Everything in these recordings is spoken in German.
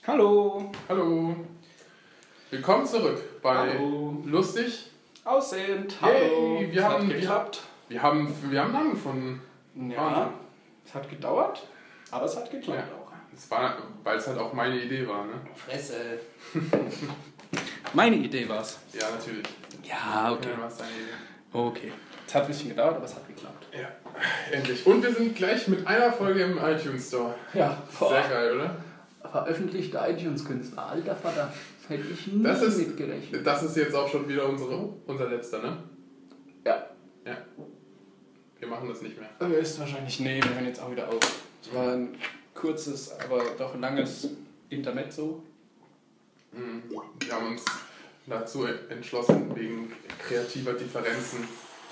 Hallo. Hallo. Willkommen zurück bei Hallo. Lustig Aussehend. Hallo. Wir haben geklappt. Wir haben einen Namen gefunden. Ja, es hat gedauert, aber es hat geklappt auch. Es war, weil es halt auch meine Idee war, ne? Fresse. Meine Idee war's. Ja, natürlich. Ja, okay. Ja, war es deine Idee. Okay. Es hat ein bisschen gedauert, aber es hat geklappt. Ja, endlich. Und wir sind gleich mit einer Folge im iTunes Store. Ja. Sehr geil, oder? Veröffentlichte iTunes-Künstler. Alter Vater. Hätte ich nie mitgerechnet. Das ist jetzt auch schon wieder unser letzter, ne? Ja. Ja. Wir machen das nicht mehr. Ist wahrscheinlich, nee, wir hören jetzt auch wieder auf. Es war ein kurzes, aber doch langes Intermezzo. Wir haben uns dazu entschlossen, wegen kreativer Differenzen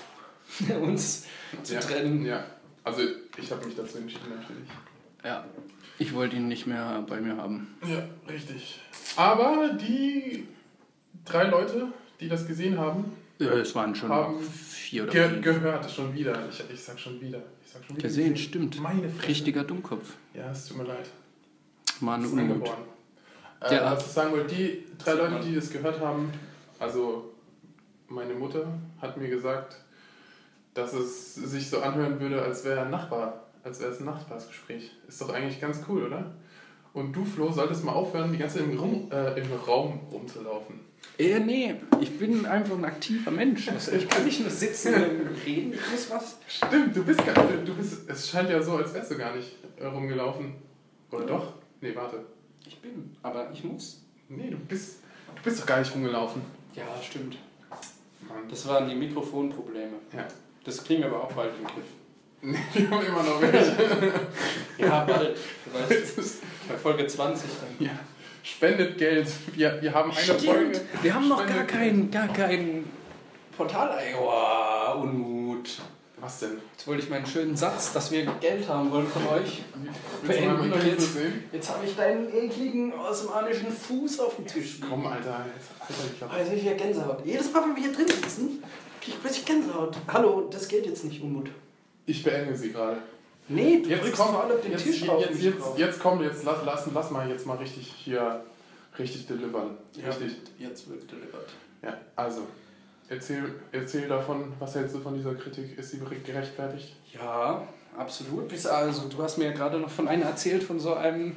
uns zu trennen. Ja, also ich habe mich dazu entschieden natürlich. Ja, ich wollte ihn nicht mehr bei mir haben. Ja, richtig. Aber die 3 Leute, die das gesehen haben, ja, es waren schon haben 4 oder 5. Gehört, schon wieder. Ich sag schon wieder. Gesehen, stimmt. Meine Fresse. Richtiger Dummkopf. Ja, es tut mir leid. Mann, Das ist Unmut. angeboren. Ja. Was ich sagen wollte, die 3 Leute, die das gehört haben, also meine Mutter hat mir gesagt, dass es sich so anhören würde, als wäre es ein Nachbarsgespräch. Ist doch eigentlich ganz cool, oder? Und du, Flo, solltest mal aufhören, die ganze Zeit im Raum rumzulaufen. Nee, ich bin einfach ein aktiver Mensch. Ich kann nicht nur sitzen und reden, ich muss was. Stimmt, es scheint ja so, als wärst du gar nicht rumgelaufen. Oder doch? Nee, warte. Ich bin, aber ich muss. Nee, du bist doch gar nicht rumgelaufen. Ja, stimmt. Mann. Das waren die Mikrofonprobleme. Ja. Das kriegen wir aber auch bald in den Griff. Nee, wir haben immer noch welche. Ja, bald. Bei Folge 20 dann. Ja. Spendet Geld. Wir haben eine Folge. Wir haben noch gar kein Portal. Oh, Unmut. Was denn? Jetzt wollte ich meinen schönen Satz, dass wir Geld haben wollen von euch. Willst du mal Beenden. mit Und sehen? jetzt habe ich deinen ekligen osmanischen Fuß auf dem Tisch. Komm, Alter. Ich glaube. Also ich wieder Gänsehaut. Jedes Mal, wenn wir hier drin sitzen, kriege ich plötzlich Gänsehaut. Hallo, das geht jetzt nicht, Unmut. Ich beende sie gerade. Nee, du Jetzt drückst komm, vor allem den Tisch auf. Jetzt lass mal jetzt mal richtig delivern. Ja, Richtig. jetzt wird delivered. Ja, also, erzähl davon, was hältst du von dieser Kritik? Ist sie gerechtfertigt? Ja, absolut. Also, du hast mir ja gerade noch von einer erzählt, von so einem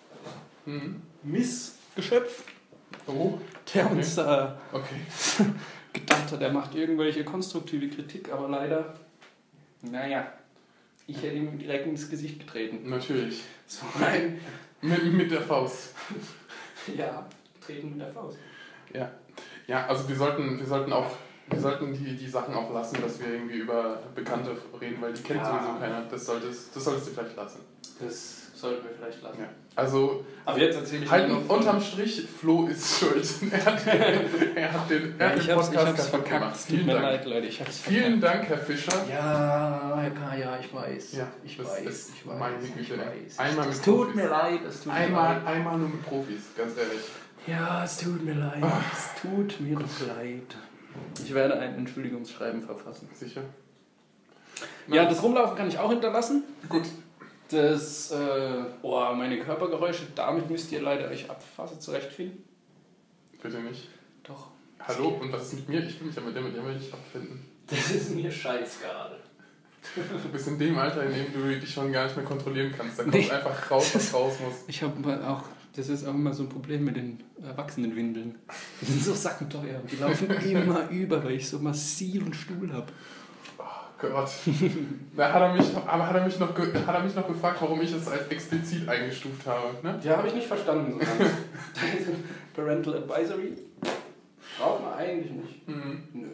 Missgeschöpf, Oh, der uns da okay. gedacht hat, er macht irgendwelche konstruktive Kritik, aber leider, naja, ich hätte ihm direkt ins Gesicht getreten. Natürlich. So ein, Mit der Faust. ja, treten mit der Faust. Ja. Ja, also wir sollten die Sachen auch lassen, dass wir irgendwie über Bekannte reden, weil die kennt sowieso keiner. Das solltest du vielleicht lassen. Das sollten wir vielleicht lassen. Ja. Also, Aber jetzt erzähle ich halt dir noch unterm Strich, Flo ist schuld. Er hat den ich hab's kaputt verkackt. gemacht. Es tut mir leid, Leute. Ich hab's verkackt. Vielen Dank, Herr Fischer. Ja, Herr Kaya, ich weiß. Ja, ich das weiß. ist Ich weiß. meine Güte. Ich weiß. Einmal Es mit tut Profis. mir leid. Es tut mir leid. Einmal nur mit Profis, ganz ehrlich. Ja, es tut mir leid. Es tut mir doch leid. Ich werde ein Entschuldigungsschreiben verfassen. Sicher? Ja, das Rumlaufen kann ich auch hinterlassen. Gut. Das, meine Körpergeräusche, damit müsst ihr leider euch abfassen zurechtfinden. Bitte nicht. Doch. Hallo, und was ist mit mir? Ich will mich ja mit dem nicht abfinden. Das ist mir scheißegal. Du bist in dem Alter, in dem du dich schon gar nicht mehr kontrollieren kannst. Da kommt einfach raus, was raus muss. Ich habe auch, das ist auch immer so ein Problem mit den Erwachsenenwindeln. Die sind so sackenteuer. Die laufen immer über, weil ich so massiven Stuhl habe. Gott. Da hat er mich noch gefragt, warum ich es als explizit eingestuft habe. Ne? Ja, habe ich nicht verstanden so ganz. Parental Advisory braucht man eigentlich nicht. Nö.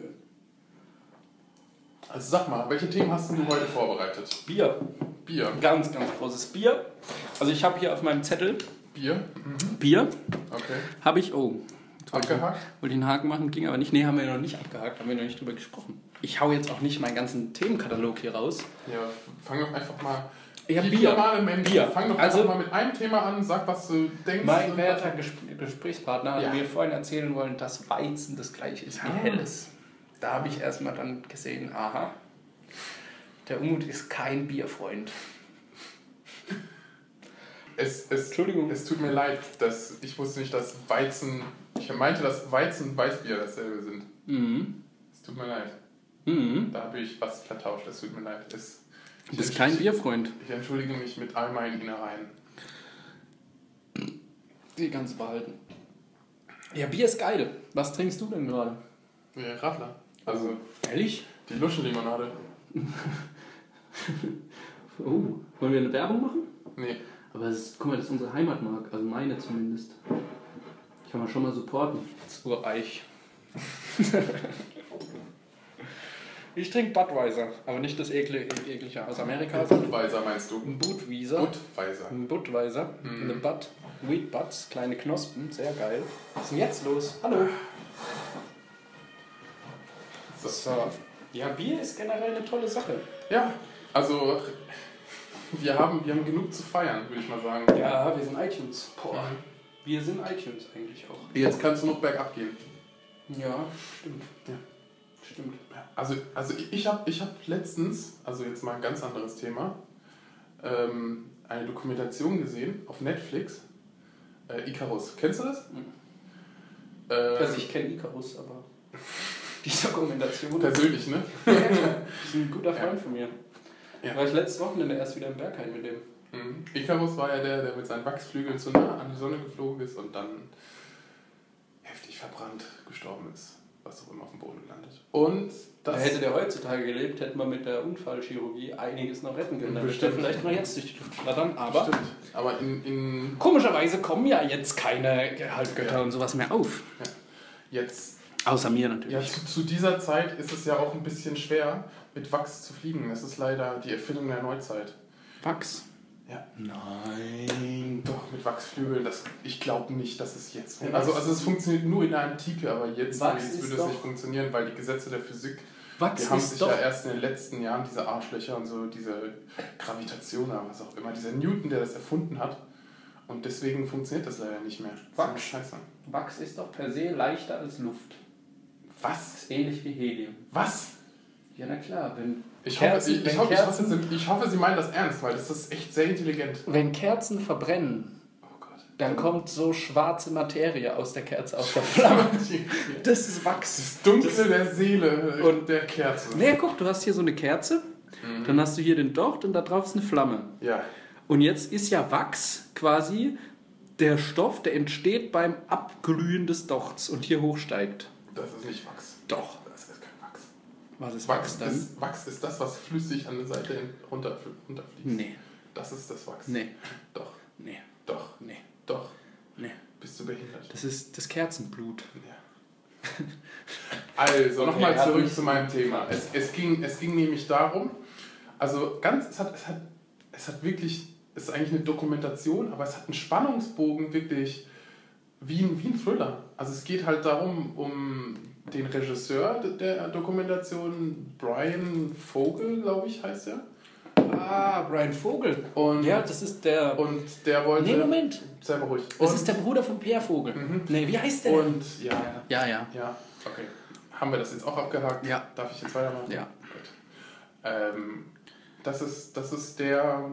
Also sag mal, welche Themen hast du heute vorbereitet? Bier. Bier. Ganz, ganz großes Bier. Also ich habe hier auf meinem Zettel Bier? Bier. Okay. Habe ich, Abgehakt? wollte ich einen Haken machen, ging aber nicht. Nee, haben wir noch nicht abgehakt, haben wir noch nicht drüber gesprochen. Ich hau jetzt auch nicht meinen ganzen Themenkatalog hier raus. Ja, fang doch einfach mal... Ja, Wie Bier. normale Menschen. Bier. Fang doch Also, einfach mal mit einem Thema an, sag, was du denkst. Mein werter Gesprächspartner hat Ja. mir vorhin erzählen wollen, dass Weizen das gleiche ist wie Ja. Helles. Da habe ich erstmal dann gesehen, aha, der Unmut ist kein Bierfreund. Entschuldigung. Es tut mir leid, dass ich wusste nicht, dass Weizen... Ich meinte, dass Weizen und Weißbier dasselbe sind. Es tut mir leid. Da habe ich was vertauscht. Es tut mir leid. Du bist kein Bierfreund. Ich entschuldige mich mit all meinen Innereien. Die ganze behalten. Ja, Bier ist geil. Was trinkst du denn gerade? Ja, Radler. Also Ehrlich? die Luschenlimonade. Oh, wollen wir eine Werbung machen? Nee. Aber guck mal, das ist unsere Heimatmarke, also meine zumindest. Kann man schon mal supporten. Zur Eich. Ich trinke Budweiser, aber nicht das eklige aus Amerika. Budweiser meinst du? Budweiser. Budweiser. Budweiser. Eine Bud. Wheat Buds, kleine Knospen, sehr geil. Was ist denn jetzt los? Hallo. So. Ja, Bier ist generell eine tolle Sache. Ja, also wir haben genug zu feiern, würde ich mal sagen. Ja, wir sind iTunes. Boah. Wir sind iTunes eigentlich auch. Jetzt kannst du noch bergab gehen. Ja, stimmt. Ja. Stimmt. Also ich hab letztens, also jetzt mal ein ganz anderes Thema, eine Dokumentation gesehen auf Netflix. Icarus. Kennst du das? Also ich kenne Icarus, aber die Dokumentation... Persönlich, ne? Ja, klar. Das ist ein guter Freund von mir. Ja. War ich letztes Wochenende erst wieder im Berghain mit dem. Icarus war ja der mit seinen Wachsflügeln zu nah an die Sonne geflogen ist und dann heftig verbrannt gestorben ist. Was auch immer auf dem Boden gelandet. Und das... Hätte der heutzutage gelebt, hätte man mit der Unfallchirurgie einiges noch retten können. Dann würde vielleicht noch jetzt durch die Luft flattern, aber... Stimmt. Aber in... Komischerweise kommen ja jetzt keine Halbgötter und sowas mehr auf. Ja. Jetzt... Außer mir natürlich. Ja, zu dieser Zeit ist es ja auch ein bisschen schwer, mit Wachs zu fliegen. Das ist leider die Erfindung der Neuzeit. Wachs? Ja. Nein. Doch, mit Wachsflügeln, ich glaube nicht, dass es jetzt funktioniert. Also es funktioniert nur in der Antike, aber jetzt würde es nicht funktionieren, weil die Gesetze der Physik, die haben sich ja erst in den letzten Jahren, diese Arschlöcher und so, diese Gravitation oder was auch immer, dieser Newton, der das erfunden hat. Und deswegen funktioniert das leider nicht mehr. Wachs. Scheiße. Wachs ist doch per se leichter als Luft. Was? Ist ähnlich wie Helium. Was? Ja, na klar, Ich hoffe, Sie meinen das ernst, weil das ist echt sehr intelligent. Wenn Kerzen verbrennen, Oh Gott. dann kommt so schwarze Materie aus der Kerze, aus der Flamme. Das ist Wachs. Das Dunkle der Seele und der Kerze. Nee, guck, du hast hier so eine Kerze, dann hast du hier den Docht und da drauf ist eine Flamme. Ja. Und jetzt ist ja Wachs quasi der Stoff, der entsteht beim Abglühen des Dochts und hier hochsteigt. Das ist nicht Wachs. Doch. Das ist kein Wachs. Was ist Wachs dann? Wachs ist das, was flüssig an der Seite runterfließt. Nee. Das ist das Wachs. Nee. Doch. Nee. Doch. Nee. Doch. Nee. Bist du behindert? Das ist das Kerzenblut. Ja. Also, Okay, nochmal ja, zurück zu meinem Thema. Es ging nämlich darum, also es hat wirklich, es ist eigentlich eine Dokumentation, aber es hat einen Spannungsbogen wirklich wie ein Thriller. Also es geht halt darum, um den Regisseur der Dokumentation, Brian Vogel, glaube ich, heißt er. Ah, Brian Vogel. Und ja, das ist der... Und der wollte... Nee, Moment. Sei mal ruhig. Das ist der Bruder von Pierre Vogel. Nee, wie heißt der denn? Und ja. Ja. Ja, okay. Haben wir das jetzt auch abgehakt? Ja. Darf ich jetzt weitermachen? Ja. Gut. Das ist der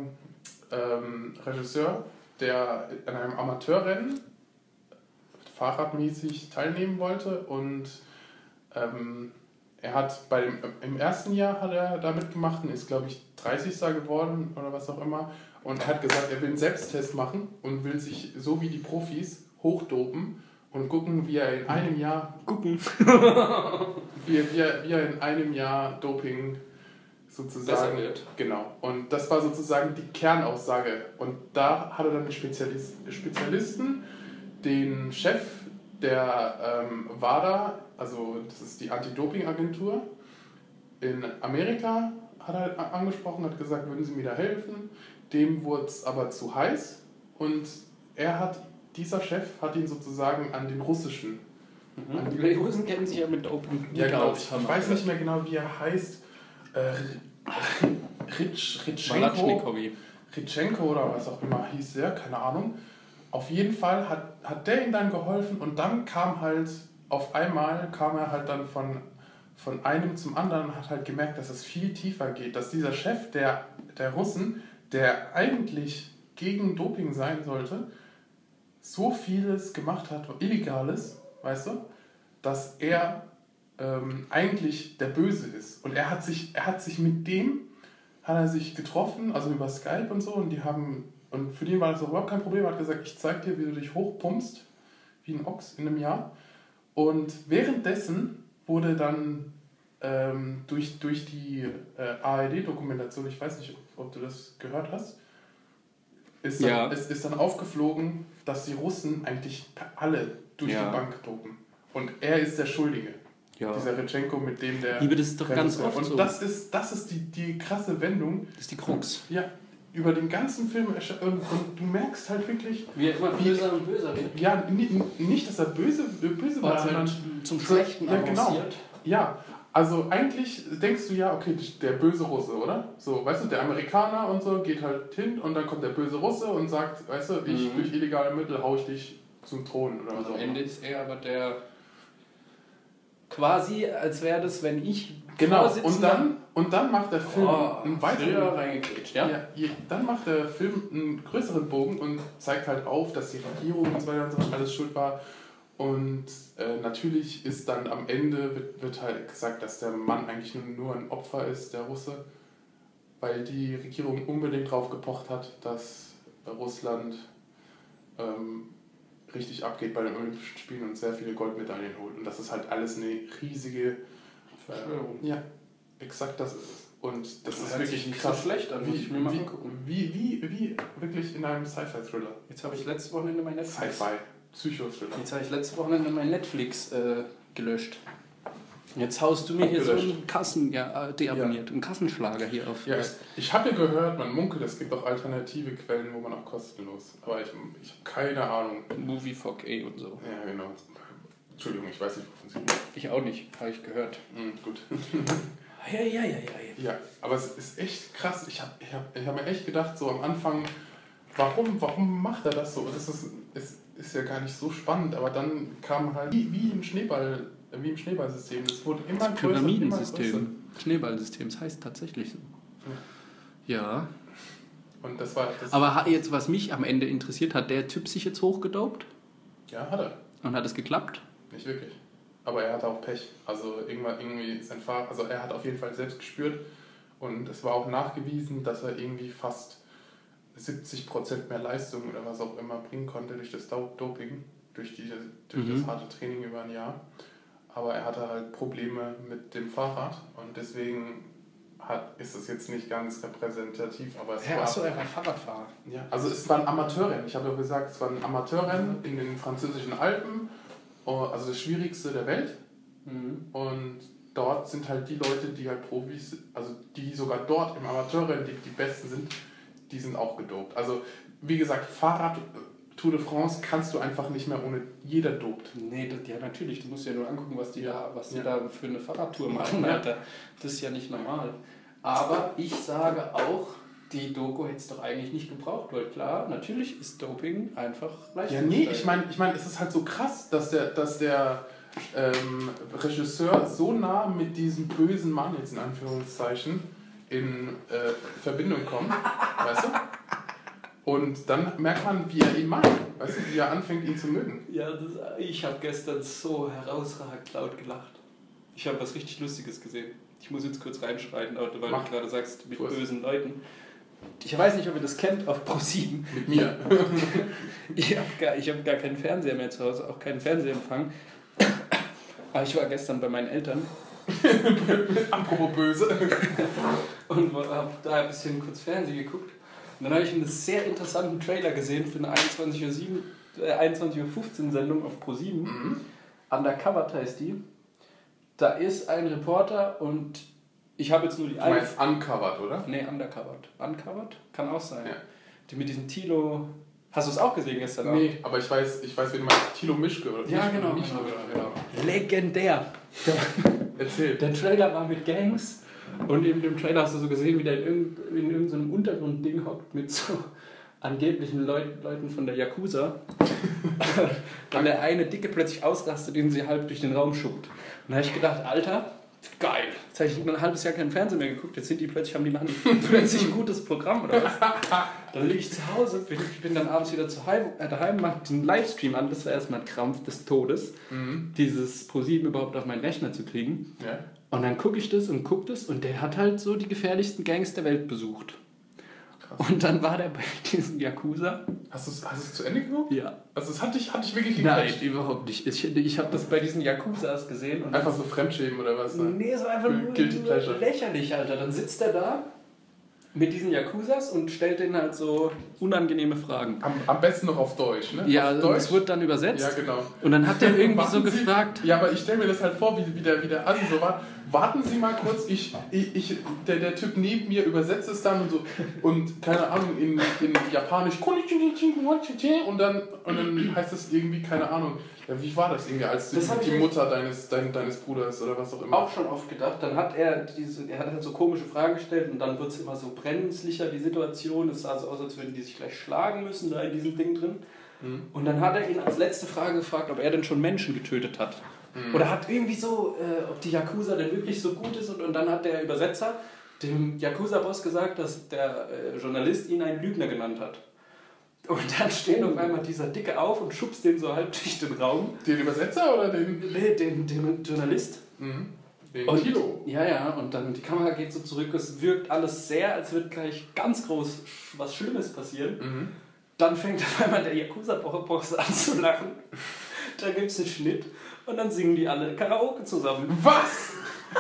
Regisseur, der an einem Amateurrennen fahrradmäßig teilnehmen wollte und er hat im ersten Jahr hat er da mitgemacht und ist, glaube ich, 30. geworden oder was auch immer. Und er hat gesagt, er will einen Selbsttest machen und will sich so wie die Profis hochdopen und gucken, wie er in einem Jahr wie er in einem Jahr Doping sozusagen besser wird. Genau. Und das war sozusagen die Kernaussage. Und da hat er dann einen Spezialisten, den Chef der WADA, also das ist die Anti-Doping-Agentur in Amerika, hat er angesprochen, hat gesagt, würden Sie mir da helfen? Dem wurde es aber zu heiß und dieser Chef hat ihn sozusagen an den russischen. Die Russen kennen sich ja mit Doping Ja, genau. aus. Ich weiß nicht mehr genau, wie er heißt. Ritschenko oder was auch immer hieß der, keine Ahnung. Auf jeden Fall hat der ihm dann geholfen und dann kam er halt dann von einem zum anderen und hat halt gemerkt, dass es viel tiefer geht, dass dieser Chef der Russen, der eigentlich gegen Doping sein sollte, so vieles gemacht hat, Illegales, weißt du, dass er eigentlich der Böse ist. Und er hat sich mit dem, hat er sich getroffen, also über Skype und so, und für den war das auch überhaupt kein Problem. Er hat gesagt, ich zeig dir, wie du dich hochpumpst, wie ein Ochs in einem Jahr. Und währenddessen wurde dann durch die ARD-Dokumentation, ich weiß nicht, ob du das gehört hast, ist dann aufgeflogen, dass die Russen eigentlich alle durch die Bank dopen. Und er ist der Schuldige. Ja. Dieser Retschenko, mit dem der... Das ist doch ganz oft und so. das ist die krasse Wendung. Das ist die Krux. Ja, über den ganzen Film. Und du merkst halt wirklich... Wie er immer böser und böser wird. Ja, nicht, dass er böse war, sondern... Zum Schlechten genau. Ja, also eigentlich denkst du ja, okay, der böse Russe, oder? So, weißt du, der Amerikaner und so geht halt hin und dann kommt der böse Russe und sagt, weißt du, durch illegale Mittel hau ich dich zum Thron oder was auch immer. Am Ende ist er aber der... Quasi, als wäre das, wenn ich... Genau, und dann macht der Film einen weiteren... reingekretscht, ja? Dann macht der Film einen größeren Bogen und zeigt halt auf, dass die Regierung und so weiter und so alles schuld war. Und natürlich ist dann am Ende, wird halt gesagt, dass der Mann eigentlich nur ein Opfer ist, der Russe, weil die Regierung unbedingt drauf gepocht hat, dass Russland richtig abgeht bei den Olympischen Spielen und sehr viele Goldmedaillen holt. Und das ist halt alles eine riesige Verschwörung. Ja, exakt das ist es. Und das ist wirklich nicht krass so schlecht an, muss ich mir mal angucken. Wie wirklich in einem Sci-Fi-Thriller. Jetzt habe ich letztes Wochenende mein Netflix... Sci-Fi, Psychothriller. Jetzt habe ich letztes Wochenende mein Netflix gelöscht. Jetzt haust du mir hier so einen deabonniert, einen Kassenschlager hier auf. Ja, ich habe ja gehört, man munkelt, es gibt auch alternative Quellen, wo man auch kostenlos. Aber ich habe keine Ahnung. Moviefog und so. Ja, genau. Entschuldigung, ich weiß nicht, wovon Sie reden. Ich auch nicht, habe ich gehört. Gut. Ja. Ja, aber es ist echt krass. Ich hab mir echt gedacht, so am Anfang, warum macht er das so? Es ist ja gar nicht so spannend, aber dann kam halt wie im Schneeballsystem. Es wurde immer größer. Pyramidensystem. Schneeballsystem, das heißt tatsächlich so. Ja. Und das war. Aber jetzt, was mich am Ende interessiert, hat der Typ sich jetzt hochgedopt? Ja, hat er. Und hat es geklappt? Nicht wirklich. Aber er hatte auch Pech. Also irgendwie sein Fahrer, also er hat auf jeden Fall selbst gespürt und es war auch nachgewiesen, dass er irgendwie fast 70% mehr Leistung oder was auch immer bringen konnte durch das Doping, durch das harte Training über ein Jahr. Aber er hatte halt Probleme mit dem Fahrrad und deswegen ist es jetzt nicht ganz repräsentativ. Aber es war... Achso, er war Fahrradfahrer. Ja, also es war ein Amateurrennen. Ich habe ja gesagt, es war ein Amateurrennen in den französischen Alpen, also das Schwierigste der Welt. Und dort sind halt die Leute, die halt Profis, also die sogar dort im Amateurrennen die Besten sind, die sind auch gedopt. Also wie gesagt, Fahrrad Tour de France kannst du einfach nicht mehr ohne jeder dopt. Nee, ja natürlich, du musst ja nur angucken, was die da für eine Fahrradtour machen, Alter. Das ist ja nicht normal. Aber ich sage auch, die Doku hätte es doch eigentlich nicht gebraucht, weil klar, natürlich ist Doping einfach leicht. Ja, nee, ich meine, es ist halt so krass, dass der Regisseur so nah mit diesem bösen Mann, jetzt in Anführungszeichen, in Verbindung kommt, weißt du? Und dann merkt man, wie er ihn mag, weißt du, wie er anfängt, ihn zu mögen. Ja, ich habe gestern so herausragend laut gelacht. Ich habe was richtig Lustiges gesehen. Ich muss jetzt kurz reinschreiten, weil du gerade sagst, mit bösen Leuten. Ich weiß nicht, ob ihr das kennt auf ProSieben. Mit mir. Ich hab gar keinen Fernseher mehr zu Hause, auch keinen Fernsehempfang. Aber ich war gestern bei meinen Eltern. Apropos böse. Und habe da ein bisschen kurz Fernsehen geguckt. Und dann habe ich einen sehr interessanten Trailer gesehen für eine 21.15 Uhr Sendung auf ProSieben. Undercovered heißt die. Da ist ein Reporter und ich habe jetzt nur die... Du meinst Uncovered, oder? Nee, Undercovered. Uncovered? Kann auch sein. Ja. Die mit diesem Thilo... Hast du es auch gesehen gestern Abend? Nee, aber ich weiß, wie du meinst. Thilo Mischke, oder? Ja, genau. Legendär. Erzähl. Der Trailer war mit Gangs und in dem Trailer hast du so gesehen, wie der in irgendeinem Untergrundding hockt mit so angeblichen Leuten von der Yakuza. Dann der eine Dicke plötzlich ausrastet, den sie halb durch den Raum schubt. Und da habe ich gedacht, Alter, Geil. Jetzt habe ich ein halbes Jahr keinen Fernsehen mehr geguckt. Jetzt machen die plötzlich ein gutes Programm oder was? Dann liege ich zu Hause, bin dann abends wieder daheim, mache den Livestream an. Das war erstmal ein Krampf des Todes, dieses ProSieben überhaupt auf meinen Rechner zu kriegen. Ja. Und dann gucke ich das und der hat halt so die gefährlichsten Gangs der Welt besucht. Krass. Und dann war der bei diesem Yakuza. Hast du es zu Ende geguckt? Ja. Also es hat dich wirklich gequetscht? Nein, überhaupt nicht. Ich habe das bei diesen Yakuzas gesehen. Und einfach so Fremdschämen oder was? Ne? Nee, es war einfach nur lächerlich, Alter. Dann sitzt er da mit diesen Yakuzas und stellt denen halt so unangenehme Fragen. Am besten noch auf Deutsch, ne? Ja, das wird dann übersetzt. Ja, genau. Und dann hat der irgendwie so gefragt... Ja, aber ich stelle mir das halt vor, wie der Asi so war. Warten Sie mal kurz, der Typ neben mir übersetzt es dann und so. Und keine Ahnung, in Japanisch. Und dann heißt es irgendwie, keine Ahnung. Ja, wie war das irgendwie, als die Mutter deines Bruders oder was auch immer? Auch schon oft gedacht. Dann hat er hat halt so komische Fragen gestellt und dann wird es immer so brenzlicher, die Situation. Es sah so aus, als würden die sich gleich schlagen müssen da in diesem Ding drin. Mhm. Und dann hat er ihn als letzte Frage gefragt, ob er denn schon Menschen getötet hat. Mhm. Oder hat irgendwie so, ob die Yakuza denn wirklich so gut ist. Und dann hat der Übersetzer dem Yakuza-Boss gesagt, dass der Journalist ihn einen Lügner genannt hat. Und dann steht auf einmal dieser Dicke auf und schubst den so halb durch den Raum. Den Übersetzer oder den? Nee, den Journalist. Mhm. Den Kilo. Ja, und dann die Kamera geht so zurück. Es wirkt alles sehr, als würde gleich ganz groß was Schlimmes passieren. Mhm. Dann fängt auf einmal der Yakuza-Boss an zu lachen. Da gibt es einen Schnitt und dann singen die alle Karaoke zusammen. Was?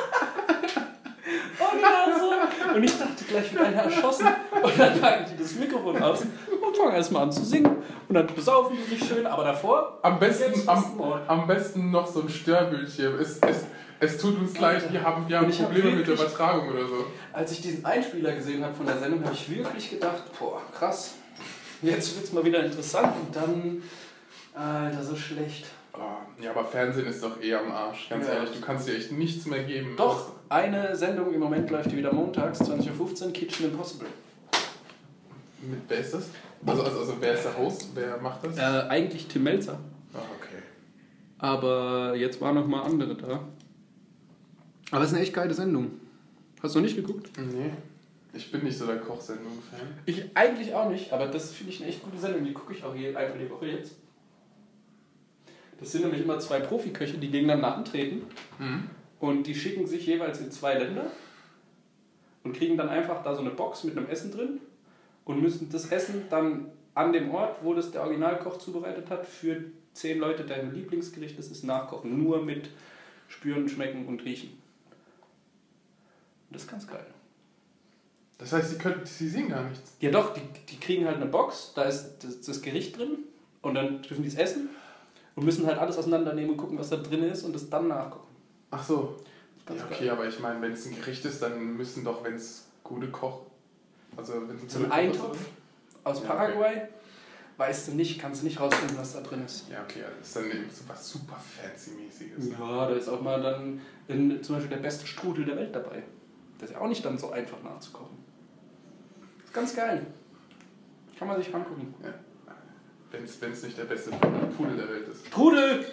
Und ich dachte, gleich wird einer erschossen. Und dann packen die das Mikrofon aus und fangen erstmal an zu singen. Und dann besaufen die sich schön, aber davor... Am besten noch so ein Störbildschirm. Es tut uns leid, wir haben Probleme mit der Übertragung oder so. Als ich diesen Einspieler gesehen habe von der Sendung, habe ich wirklich gedacht, boah, krass, jetzt wird es mal wieder interessant. Und dann, Alter, so schlecht. Ja, aber Fernsehen ist doch eh am Arsch, ganz ehrlich. Du kannst dir echt nichts mehr geben. Doch, eine Sendung im Moment läuft die wieder montags, 20.15 Uhr, Kitchen Impossible. Wer ist das? Also wer ist der Host? Wer macht das? Eigentlich Tim Melzer. Ach, okay. Aber jetzt waren noch mal andere da. Aber es ist eine echt geile Sendung. Hast du noch nicht geguckt? Nee. Ich bin nicht so der Kochsendung-Fan. Ich eigentlich auch nicht, aber das finde ich eine echt gute Sendung. Die gucke ich auch einmal die Woche jetzt. Das sind nämlich immer 2 Profiköche, die gegeneinander antreten. Mhm. Und die schicken sich jeweils in 2 Länder und kriegen dann einfach da so eine Box mit einem Essen drin und müssen das Essen dann an dem Ort, wo das der Originalkoch zubereitet hat, für 10 Leute, deren Lieblingsgericht das ist, nachkochen. Nur mit Spüren, Schmecken und Riechen. Und das ist ganz geil. Das heißt, sie sehen gar nichts? Ja doch, die kriegen halt eine Box, da ist das Gericht drin und dann dürfen die es essen. Und müssen halt alles auseinandernehmen und gucken, was da drin ist und das dann nachgucken. Ach so. Ja, okay, aber ich meine, wenn es ein Gericht ist, dann müssen doch, wenn es gute Koch... Also wenn es so ein Eintopf aus Paraguay, okay. Weißt du nicht, kannst du nicht rausfinden, was da drin ist. Ja, okay, das ist dann eben so was super Fancy-mäßiges. Ja, da ist auch mal dann zum Beispiel der beste Strudel der Welt dabei. Das ist ja auch nicht dann so einfach nachzukochen. Das ist ganz geil. Kann man sich angucken. Ja. Wenn es nicht der beste Pudel der Welt ist. Pudel!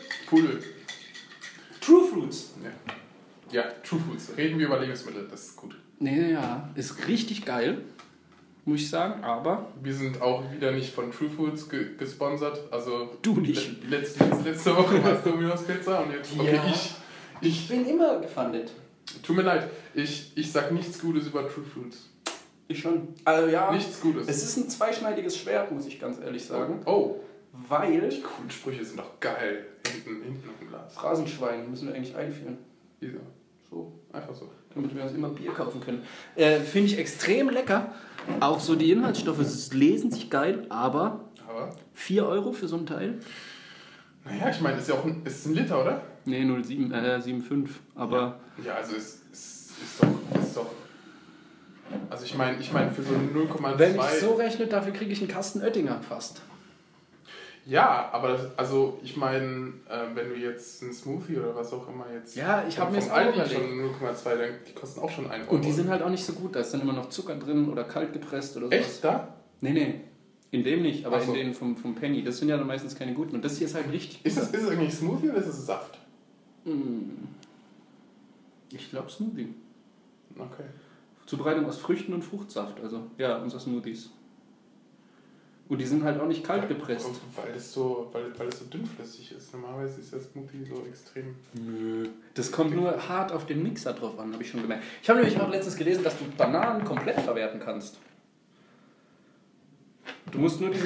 True Fruits. Ja, True Fruits. Reden wir über Lebensmittel, das ist gut. Nee, ja, ist richtig geil, muss ich sagen, aber... Wir sind auch wieder nicht von True Foods gesponsert, also... Du nicht. Letzte Woche war es Domino's Pizza und jetzt... Okay, ja, ich bin immer gefundet. Tut mir leid, ich sag nichts Gutes über True Foods. Ich schon. Also ja, nichts Gutes. Es ist ein zweischneidiges Schwert, muss ich ganz ehrlich sagen. Oh. Weil... Die coolen Sprüche sind doch geil. Hinten auf dem Glas. Phrasenschwein müssen wir eigentlich einführen. Wieso? So. Einfach so. Damit wir uns immer Bier kaufen können. Finde ich extrem lecker. Auch so die Inhaltsstoffe lesen sich geil, aber 4 € für so ein Teil. Naja, ich meine, ist ja auch ein Liter, oder? Nee, 0,75. Aber... Ja, also ist doch... Also ich meine für so 0,2... Wenn ich so rechne, dafür kriege ich einen Kasten Oettinger fast. Ja, aber ich meine, wenn du jetzt einen Smoothie oder was auch immer jetzt... Ja, ich habe mir das auch überlegt. Schon 0,2, die kosten auch schon 1 €. Und die sind halt auch nicht so gut, da ist dann immer noch Zucker drin oder kalt gepresst oder so. Echt, da? Nee. In dem nicht, aber in denen vom Penny. Das sind ja dann meistens keine guten. Und das hier ist halt richtig gut. Ist es eigentlich Smoothie oder ist es Saft? Ich glaube Smoothie. Okay. Zubereitung aus Früchten und Fruchtsaft, also ja, unsere Smoothies. Und die sind halt auch nicht kalt gepresst. Weil es so dünnflüssig ist. Normalerweise ist der Smoothie so extrem... Nö. Das kommt nur hart auf den Mixer drauf an, habe ich schon gemerkt. Ich habe nämlich auch letztens gelesen, dass du Bananen komplett verwerten kannst. Du musst nur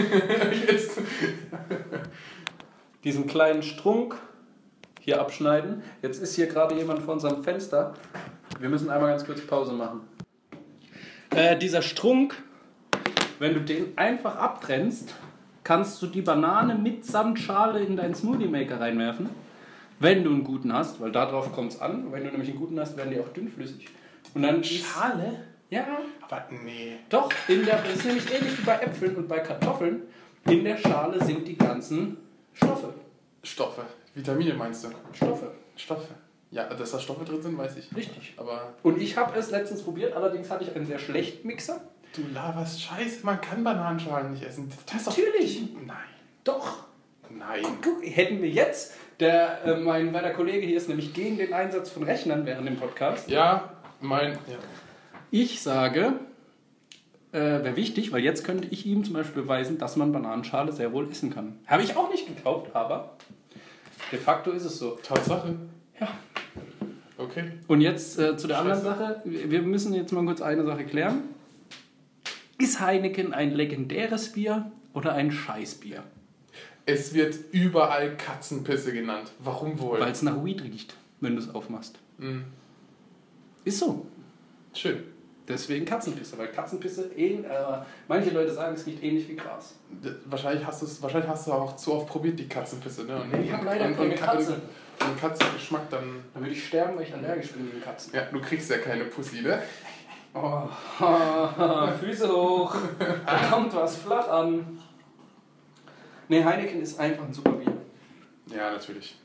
diesen kleinen Strunk hier abschneiden. Jetzt ist hier gerade jemand vor unserem Fenster. Wir müssen einmal ganz kurz Pause machen. Dieser Strunk, wenn du den einfach abtrennst, kannst du die Banane mitsamt Schale in deinen Smoothie Maker reinwerfen. Wenn du einen guten hast, weil darauf kommt es an. Wenn du nämlich einen guten hast, werden die auch dünnflüssig. Und dann Schale? Ja. Aber nee. Doch, das ist nämlich ähnlich wie bei Äpfeln und bei Kartoffeln. In der Schale sind die ganzen Stoffe. Stoffe. Vitamine meinst du? Stoffe. Ja, dass da Stoffe drin sind, weiß ich. Richtig. Aber Und ich habe es letztens probiert, allerdings hatte ich einen sehr schlechten Mixer. du laberst Scheiße, man kann Bananenschalen nicht essen. Das ist Natürlich. Nein. Doch. Nein. Guck, hätten wir jetzt, mein Kollege hier ist nämlich gegen den Einsatz von Rechnern während dem Podcast. Ja. Ich sage, wäre wichtig, weil jetzt könnte ich ihm zum Beispiel beweisen, dass man Bananenschale sehr wohl essen kann. Habe ich auch nicht geglaubt, aber de facto ist es so. Tatsache. Ja. Okay. Und jetzt zu der anderen Sache. Wir müssen jetzt mal kurz eine Sache klären. Ist Heineken ein legendäres Bier oder ein Scheißbier? Es wird überall Katzenpisse genannt. Warum wohl? Weil es nach Weed riecht, wenn du es aufmachst. Mhm. Ist so. Schön. Deswegen Katzenpisse, weil Katzenpisse, manche Leute sagen, es riecht ähnlich wie Gras. Wahrscheinlich hast du auch zu oft probiert, die Katzenpisse, ne? Und, Ich habe leider keine Katze. Und Katzengeschmack dann... Dann würde ich sterben, weil ich allergisch bin gegen Katzen. Ja, du kriegst ja keine Pussy, ne? Oh, Füße hoch, da kommt was flach an. Ne, Heineken ist einfach ein super Bier. Ja, natürlich.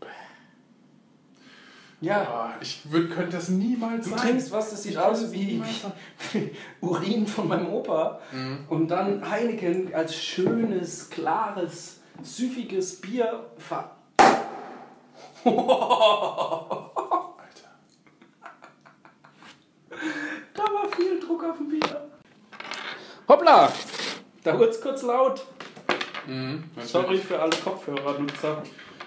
Ja. Könnte das niemals Du sein. trinkst was, das sieht aus wie Urin von meinem Opa. Und dann Heineken als schönes, klares, süffiges Bier. Alter. Da war viel Druck auf dem Bier. Hoppla! Da wurde es kurz laut. Sorry für alle Kopfhörernutzer.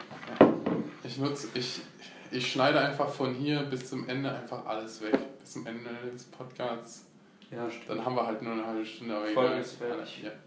Ich schneide einfach von hier bis zum Ende einfach alles weg. Bis zum Ende des Podcasts. Ja, stimmt. Dann haben wir halt nur eine halbe Stunde. Aber Folge egal. ist fertig. Ja.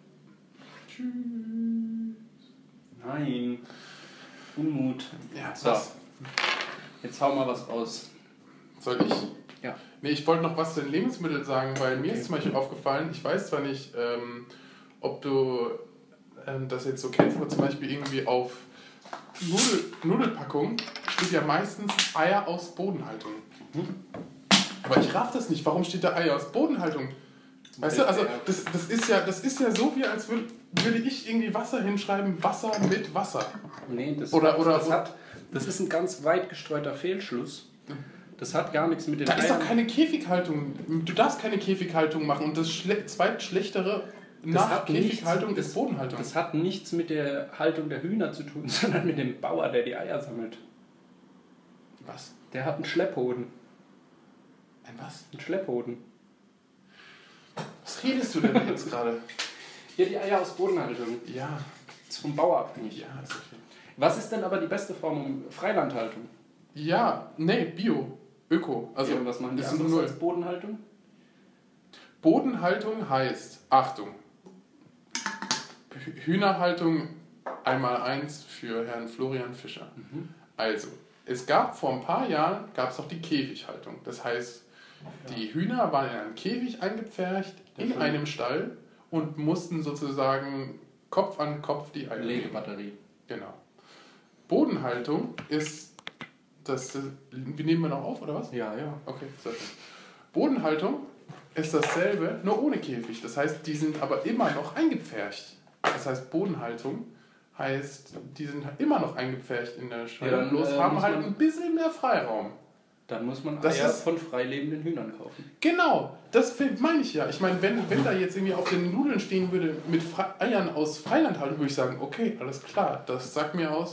Nein. Unmut. Ja, So. Jetzt hau mal was raus. Soll ich? Ja. Nee, ich wollte noch was zu den Lebensmitteln sagen, weil mir ist zum Beispiel aufgefallen, ich weiß zwar nicht, ob du das jetzt so kennst, aber zum Beispiel irgendwie auf Nudelpackung steht ja meistens Eier aus Bodenhaltung. Aber ich raff das nicht. Warum steht da Eier aus Bodenhaltung? Weißt du, also das ist ja so, wie als würde ich irgendwie Wasser hinschreiben, Wasser mit Wasser. Nee, das ist ein ganz weit gestreuter Fehlschluss. Das hat gar nichts mit den Da Eiern. ist doch keine Käfighaltung. Du darfst keine Käfighaltung machen und das zweitschlechtere nach Käfighaltung ist Bodenhaltung. Das hat nichts mit der Haltung der Hühner zu tun, sondern mit dem Bauer, der die Eier sammelt. Was? Der hat einen Schlepphoden. Ein was? Einen Schlepphoden. Was redest du denn jetzt gerade? Hier die Eier aus Bodenhaltung. Ja. Das ist vom Bauer abhängig. Ja, ist okay. Was ist denn aber die beste Form um Freilandhaltung? Ja, nee, Bio. Öko. Also, ja, was machen die das anderes ist als Bodenhaltung? Bodenhaltung heißt, Achtung, Hühnerhaltung 1x1 für Herrn Florian Fischer. Also, es gab vor ein paar Jahren, auch die Käfighaltung. Das heißt, die Hühner waren in einem Käfig eingepfercht, in einem Stall und mussten sozusagen Kopf an Kopf die Eier Legebatterie. Genau. Bodenhaltung ist, wie nehmen wir noch auf, oder was? Ja, ja. Okay, sehr schön. Bodenhaltung ist dasselbe, nur ohne Käfig. Das heißt, die sind aber immer noch eingepfercht. Das heißt, Bodenhaltung heißt, die sind immer noch eingepfercht in der Schale, Ja, bloß haben halt ein bisschen mehr Freiraum. Dann muss man Das Eier ist- von freilebenden Hühnern kaufen. Genau, das meine ich ja. Ich meine, wenn da jetzt irgendwie auf den Nudeln stehen würde mit Eiern aus Freilandhaltung, würde ich sagen, okay, alles klar, das sagt mir aus,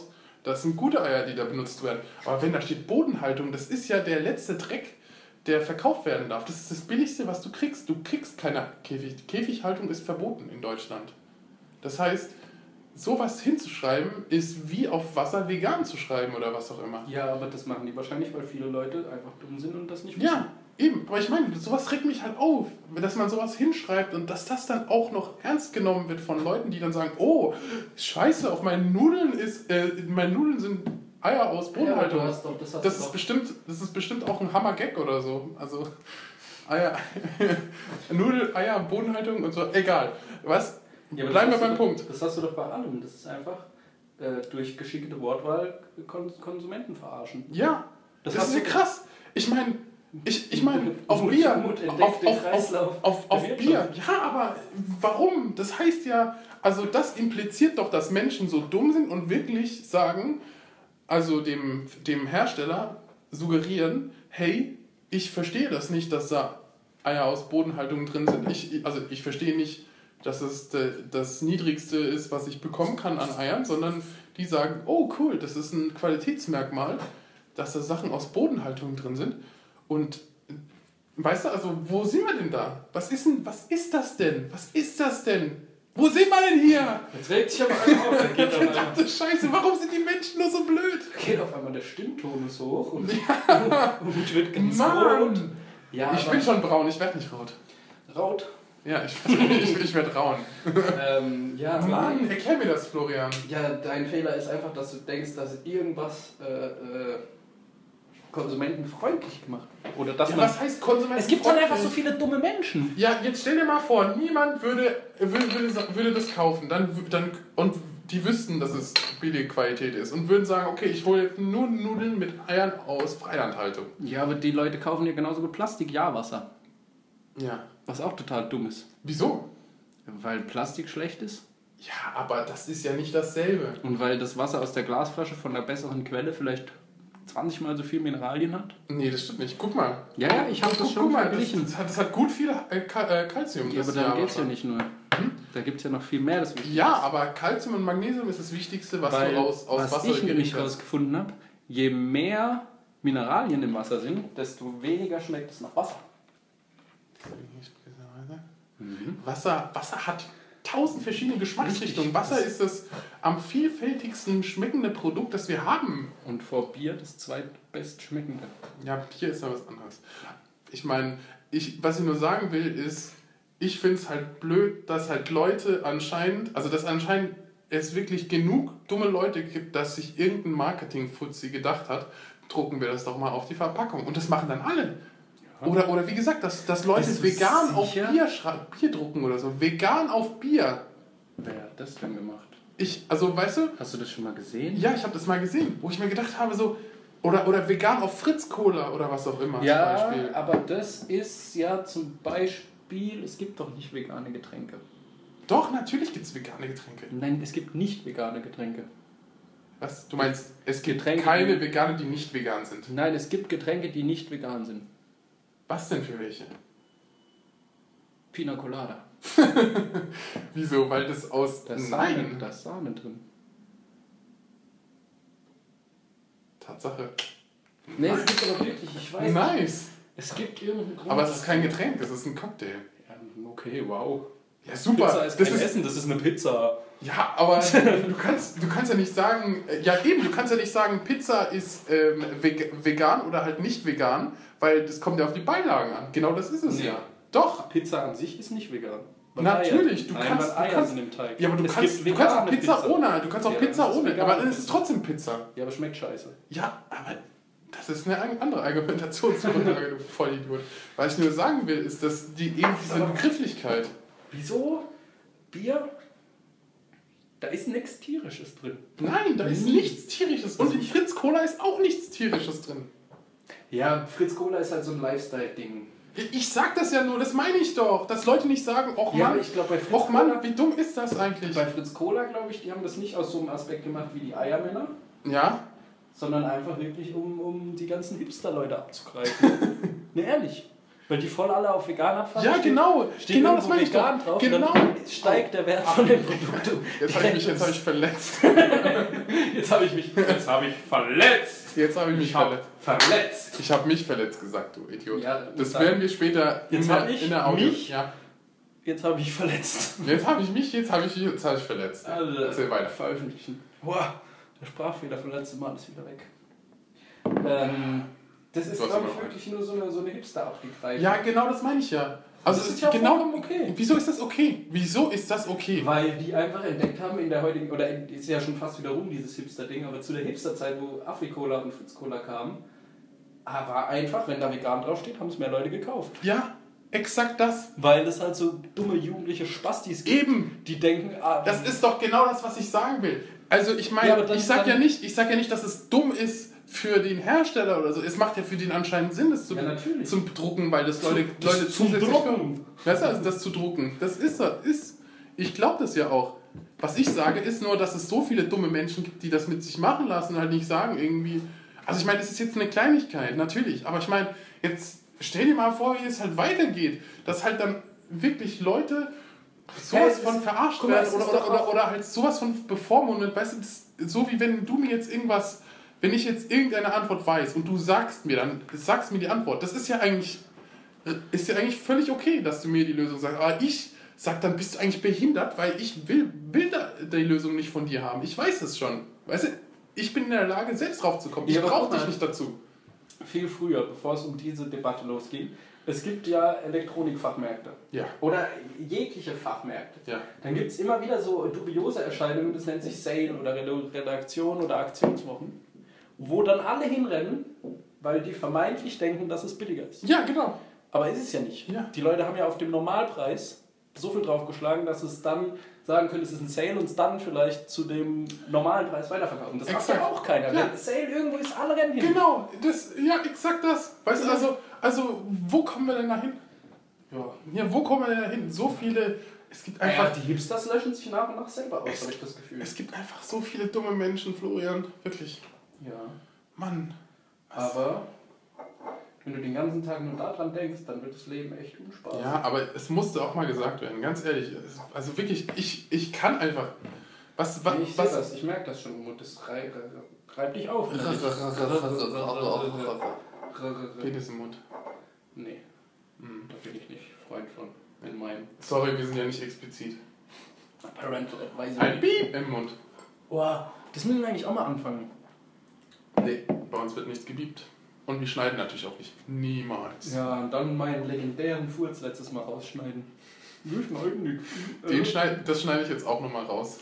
Das sind gute Eier, die da benutzt werden. Aber wenn da steht Bodenhaltung, das ist ja der letzte Dreck, der verkauft werden darf. Das ist das Billigste, was du kriegst. Du kriegst keine Käfig. Käfighaltung ist verboten in Deutschland. Das heißt, sowas hinzuschreiben, ist wie auf Wasser vegan zu schreiben oder was auch immer. Ja, aber das machen die wahrscheinlich, weil viele Leute einfach dumm sind und das nicht wissen. Ja, eben. Aber ich meine, sowas regt mich halt auf, dass man sowas hinschreibt und dass das dann auch noch ernst genommen wird von Leuten, die dann sagen, oh, scheiße, auf meinen Nudeln sind Eier aus Bodenhaltung. Ja, das ist bestimmt auch ein Hammer-Gag oder so. Also Eier, Eier, Bodenhaltung und so, egal. Was? Ja, bleiben wir beim Punkt. Das hast du doch bei allem. Das ist einfach durch geschickte Wortwahl Konsumenten verarschen. Ja, das ist ja krass. Ich meine, auf Bier. Auf Bier. Ja, aber warum? Das heißt ja, also das impliziert doch, dass Menschen so dumm sind und wirklich sagen, also dem Hersteller suggerieren, hey, ich verstehe das nicht, dass da Eier aus Bodenhaltung drin sind. Ich verstehe nicht, dass es das Niedrigste ist, was ich bekommen kann an Eiern, sondern die sagen, oh cool, das ist ein Qualitätsmerkmal, dass da Sachen aus Bodenhaltung drin sind. Und weißt du, also wo sind wir denn da? Was ist das denn? Wo sind wir denn hier? Jetzt regt sich aber einer auf. Verdammte Scheiße, warum sind die Menschen nur so blöd? Geht auf einmal der Stimmton ist so hoch und wird ganz rot. Ja, ich bin schon braun, ich werde nicht rot. Rot? Ja, ich werde rauen. Ja, Mann, erklär mir das, Florian. Ja, dein Fehler ist einfach, dass du denkst, dass irgendwas konsumentenfreundlich gemacht wird. Oder dass was heißt konsumentenfreundlich? Es gibt halt einfach so viele dumme Menschen. Ja, jetzt stell dir mal vor, niemand würde das kaufen und die wüssten, dass es billige Qualität ist und würden sagen, okay, ich hole jetzt nur Nudeln mit Eiern aus Freilandhaltung. Ja, aber die Leute kaufen ja genauso gut Plastik-Jahrwasser. Ja. Was auch total dumm ist. Wieso? Weil Plastik schlecht ist. Ja, aber das ist ja nicht dasselbe. Und weil das Wasser aus der Glasflasche von einer besseren Quelle vielleicht 20 Mal so viel Mineralien hat. Nee, das stimmt nicht. Guck mal. Ja, ich habe das schon verglichen. Das hat gut viel Calcium. Ja, aber darum geht es ja nicht nur. Da gibt es ja noch viel mehr. Das ja, aber Calcium und Magnesium ist das Wichtigste, was du aus Wasser was ich nämlich herausgefunden habe, je mehr Mineralien im Wasser sind, desto weniger schmeckt es nach Wasser. Wasser hat 1000 verschiedene Geschmacksrichtungen. Wasser ist das am vielfältigsten schmeckende Produkt, das wir haben. Und vor Bier das zweitbest schmeckende. Ja, Bier ist ja was anderes. Ich meine, was ich nur sagen will, ist, ich finde es halt blöd, dass halt Leute anscheinend es wirklich genug dumme Leute gibt, dass sich irgendein Marketing-Fuzzi gedacht hat, drucken wir das doch mal auf die Verpackung. Und das machen dann alle. Oder wie gesagt, dass Leute vegan auf Bier drucken oder so. Vegan auf Bier. Wer hat das denn gemacht? Weißt du? Hast du das schon mal gesehen? Ja, ich habe das mal gesehen, wo ich mir gedacht habe, so, oder vegan auf Fritz Cola oder was auch immer. Ja, zum Beispiel. Aber das ist ja zum Beispiel, es gibt doch nicht vegane Getränke. Doch, natürlich gibt es vegane Getränke. Nein, es gibt nicht vegane Getränke. Was? Du meinst, es gibt Getränke, keine vegane, die nicht vegan sind? Nein, es gibt Getränke, die nicht vegan sind. Was denn für welche? Pina Colada. Wieso? Weil das aus... Da ist Sahne drin. Tatsache. Nee, es gibt aber wirklich, ich weiß nice. Nicht. Es gibt irgendeinen Grund. Aber es ist kein Getränk, es ist ein Cocktail. Ja, okay, wow. Ja, super. Pizza ist kein Essen, das ist eine Pizza. Ja, aber du kannst ja nicht sagen... Ja, eben, du kannst ja nicht sagen, Pizza ist vegan oder halt nicht vegan, weil das kommt ja auf die Beilagen an. Genau das ist es ja. Doch. Pizza an sich ist nicht vegan. Natürlich, du kannst in dem Teig. Ja, aber du kannst auch Pizza ohne. Du kannst auch Pizza ohne, aber dann ist es trotzdem Pizza. Ja, aber schmeckt scheiße. Ja, aber das ist eine andere Argumentationsgrundlage, du Vollidiot. Was ich nur sagen will, ist, dass diese Begrifflichkeit. Wieso? Bier? Da ist nichts Tierisches drin. Nein, da ist nichts Tierisches. Und in Fritz Cola ist auch nichts Tierisches drin. Ja, Fritz Cola ist halt so ein Lifestyle-Ding. Ich sag das ja nur, das meine ich doch. Dass Leute nicht sagen, och Mann, ja, ich glaub, bei Fritz Cola, wie dumm ist das eigentlich? Bei Fritz Cola, glaube ich, die haben das nicht aus so einem Aspekt gemacht wie die Eiermänner. Ja. Sondern einfach wirklich, um die ganzen Hipster-Leute abzugreifen. Ne, ehrlich. Weil die voll alle auf vegan abfahren. Ja, genau. Genau das meine ich doch. Drauf, genau. Dann steigt der Wert von dem Produkt. Jetzt habe ich mich verletzt. Jetzt Jetzt habe ich verletzt. Jetzt habe ich mich verletzt. Ich habe mich verletzt gesagt, du Idiot. Ja, das werden wir später in der Audio. Ja. Jetzt habe ich verletzt. Jetzt habe ich verletzt. Also, erzähl weiter. Veröffentlichen. Boah, der Sprachfehler vom letzten Mal ist wieder weg. Das ist, glaube ich, wirklich nur so eine Hipster-Abgegreift. Ja, genau, das meine ich ja. Also das ist ja genau okay. Wieso ist das okay? Wieso ist das okay? Weil die einfach entdeckt haben in der heutigen, oder ist ja schon fast wieder rum, dieses Hipster-Ding, aber zu der Hipster-Zeit, wo Afri-Cola und Fritz-Cola kamen, war einfach, wenn da vegan draufsteht, haben es mehr Leute gekauft. Ja, exakt das. Weil es halt so dumme jugendliche Spastis gibt, eben, die denken, das ist doch genau das, was ich sagen will. Also ich meine, ja, ich sag ja nicht, dass es dumm ist für den Hersteller oder so. Es macht ja für den anscheinend Sinn, das zum Drucken, weil das Leute zusätzlich drucken. Weißt du, also das zu drucken. Das ist. Ich glaube das ja auch. Was ich sage, ist nur, dass es so viele dumme Menschen gibt, die das mit sich machen lassen und halt nicht sagen irgendwie. Also ich meine, es ist jetzt eine Kleinigkeit, natürlich. Aber ich meine, jetzt stell dir mal vor, wie es halt weitergeht. Dass halt dann wirklich Leute sowas von verarscht werden oder halt sowas von bevormundet. Weißt du, so wie wenn du mir jetzt irgendwas... Wenn ich jetzt irgendeine Antwort weiß und du sagst mir die Antwort, das ist ja eigentlich völlig okay, dass du mir die Lösung sagst. Aber ich sag dann, bist du eigentlich behindert, weil ich will die Lösung nicht von dir haben. Ich weiß es schon. Weißt du, ich bin in der Lage, selbst drauf zu kommen. Ich brauche dich nicht dazu. Viel früher, bevor es um diese Debatte losging, es gibt ja Elektronikfachmärkte. Ja. Oder jegliche Fachmärkte. Ja. Dann gibt es immer wieder so dubiose Erscheinungen, das nennt sich Sale oder Redaktion oder Aktionswochen, wo dann alle hinrennen, weil die vermeintlich denken, dass es billiger ist. Ja, genau. Aber ist es ja nicht. Ja. Die Leute haben ja auf dem Normalpreis so viel draufgeschlagen, dass es dann sagen können, es ist ein Sale und es dann vielleicht zu dem normalen Preis weiterverkaufen. Das macht ja auch keiner. Ja. Wenn Sale irgendwo ist, alle rennen hin. Genau, exakt das. Weißt du, also wo kommen wir denn da hin? Ja, wo kommen wir denn da hin? So viele... Es gibt einfach... die Hipsters löschen sich nach und nach selber aus, habe ich das Gefühl. Es gibt einfach so viele dumme Menschen, Florian. Wirklich. Ja. Mann. Aber wenn du den ganzen Tag nur daran denkst, dann wird das Leben echt unspaßig. Ja, aber es musste auch mal gesagt werden, ganz ehrlich. Also wirklich, ich kann einfach... Ich merke das schon, das reibt dich auf. Penis im Mund. Nee, da bin ich nicht Freund von. In meinem. Sorry, wir sind ja nicht explizit. Parental Advisory. Ein Piep im Mund. Boah, das müssen wir eigentlich auch mal anfangen. Nee, bei uns wird nichts gebiebt. Und wir schneiden natürlich auch nicht. Niemals. Ja, und dann meinen legendären Furz letztes Mal rausschneiden. Wir schneiden nichts. Das schneide ich jetzt auch nochmal raus.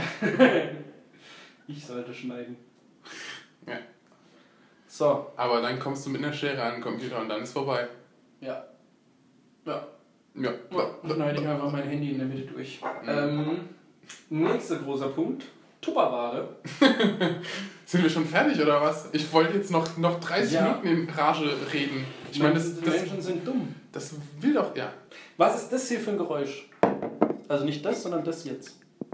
Ich sollte schneiden. Ja. So. Aber dann kommst du mit einer Schere an den Computer und dann ist vorbei. Ja. Schneide ich einfach mein Handy in der Mitte durch. Nächster großer Punkt. Tupperware. Sind wir schon fertig oder was? Ich wollte jetzt noch 30 Minuten in Rage reden. Ich meine, die Menschen sind dumm. Das will doch, ja. Was ist das hier für ein Geräusch? Also nicht das, sondern das jetzt.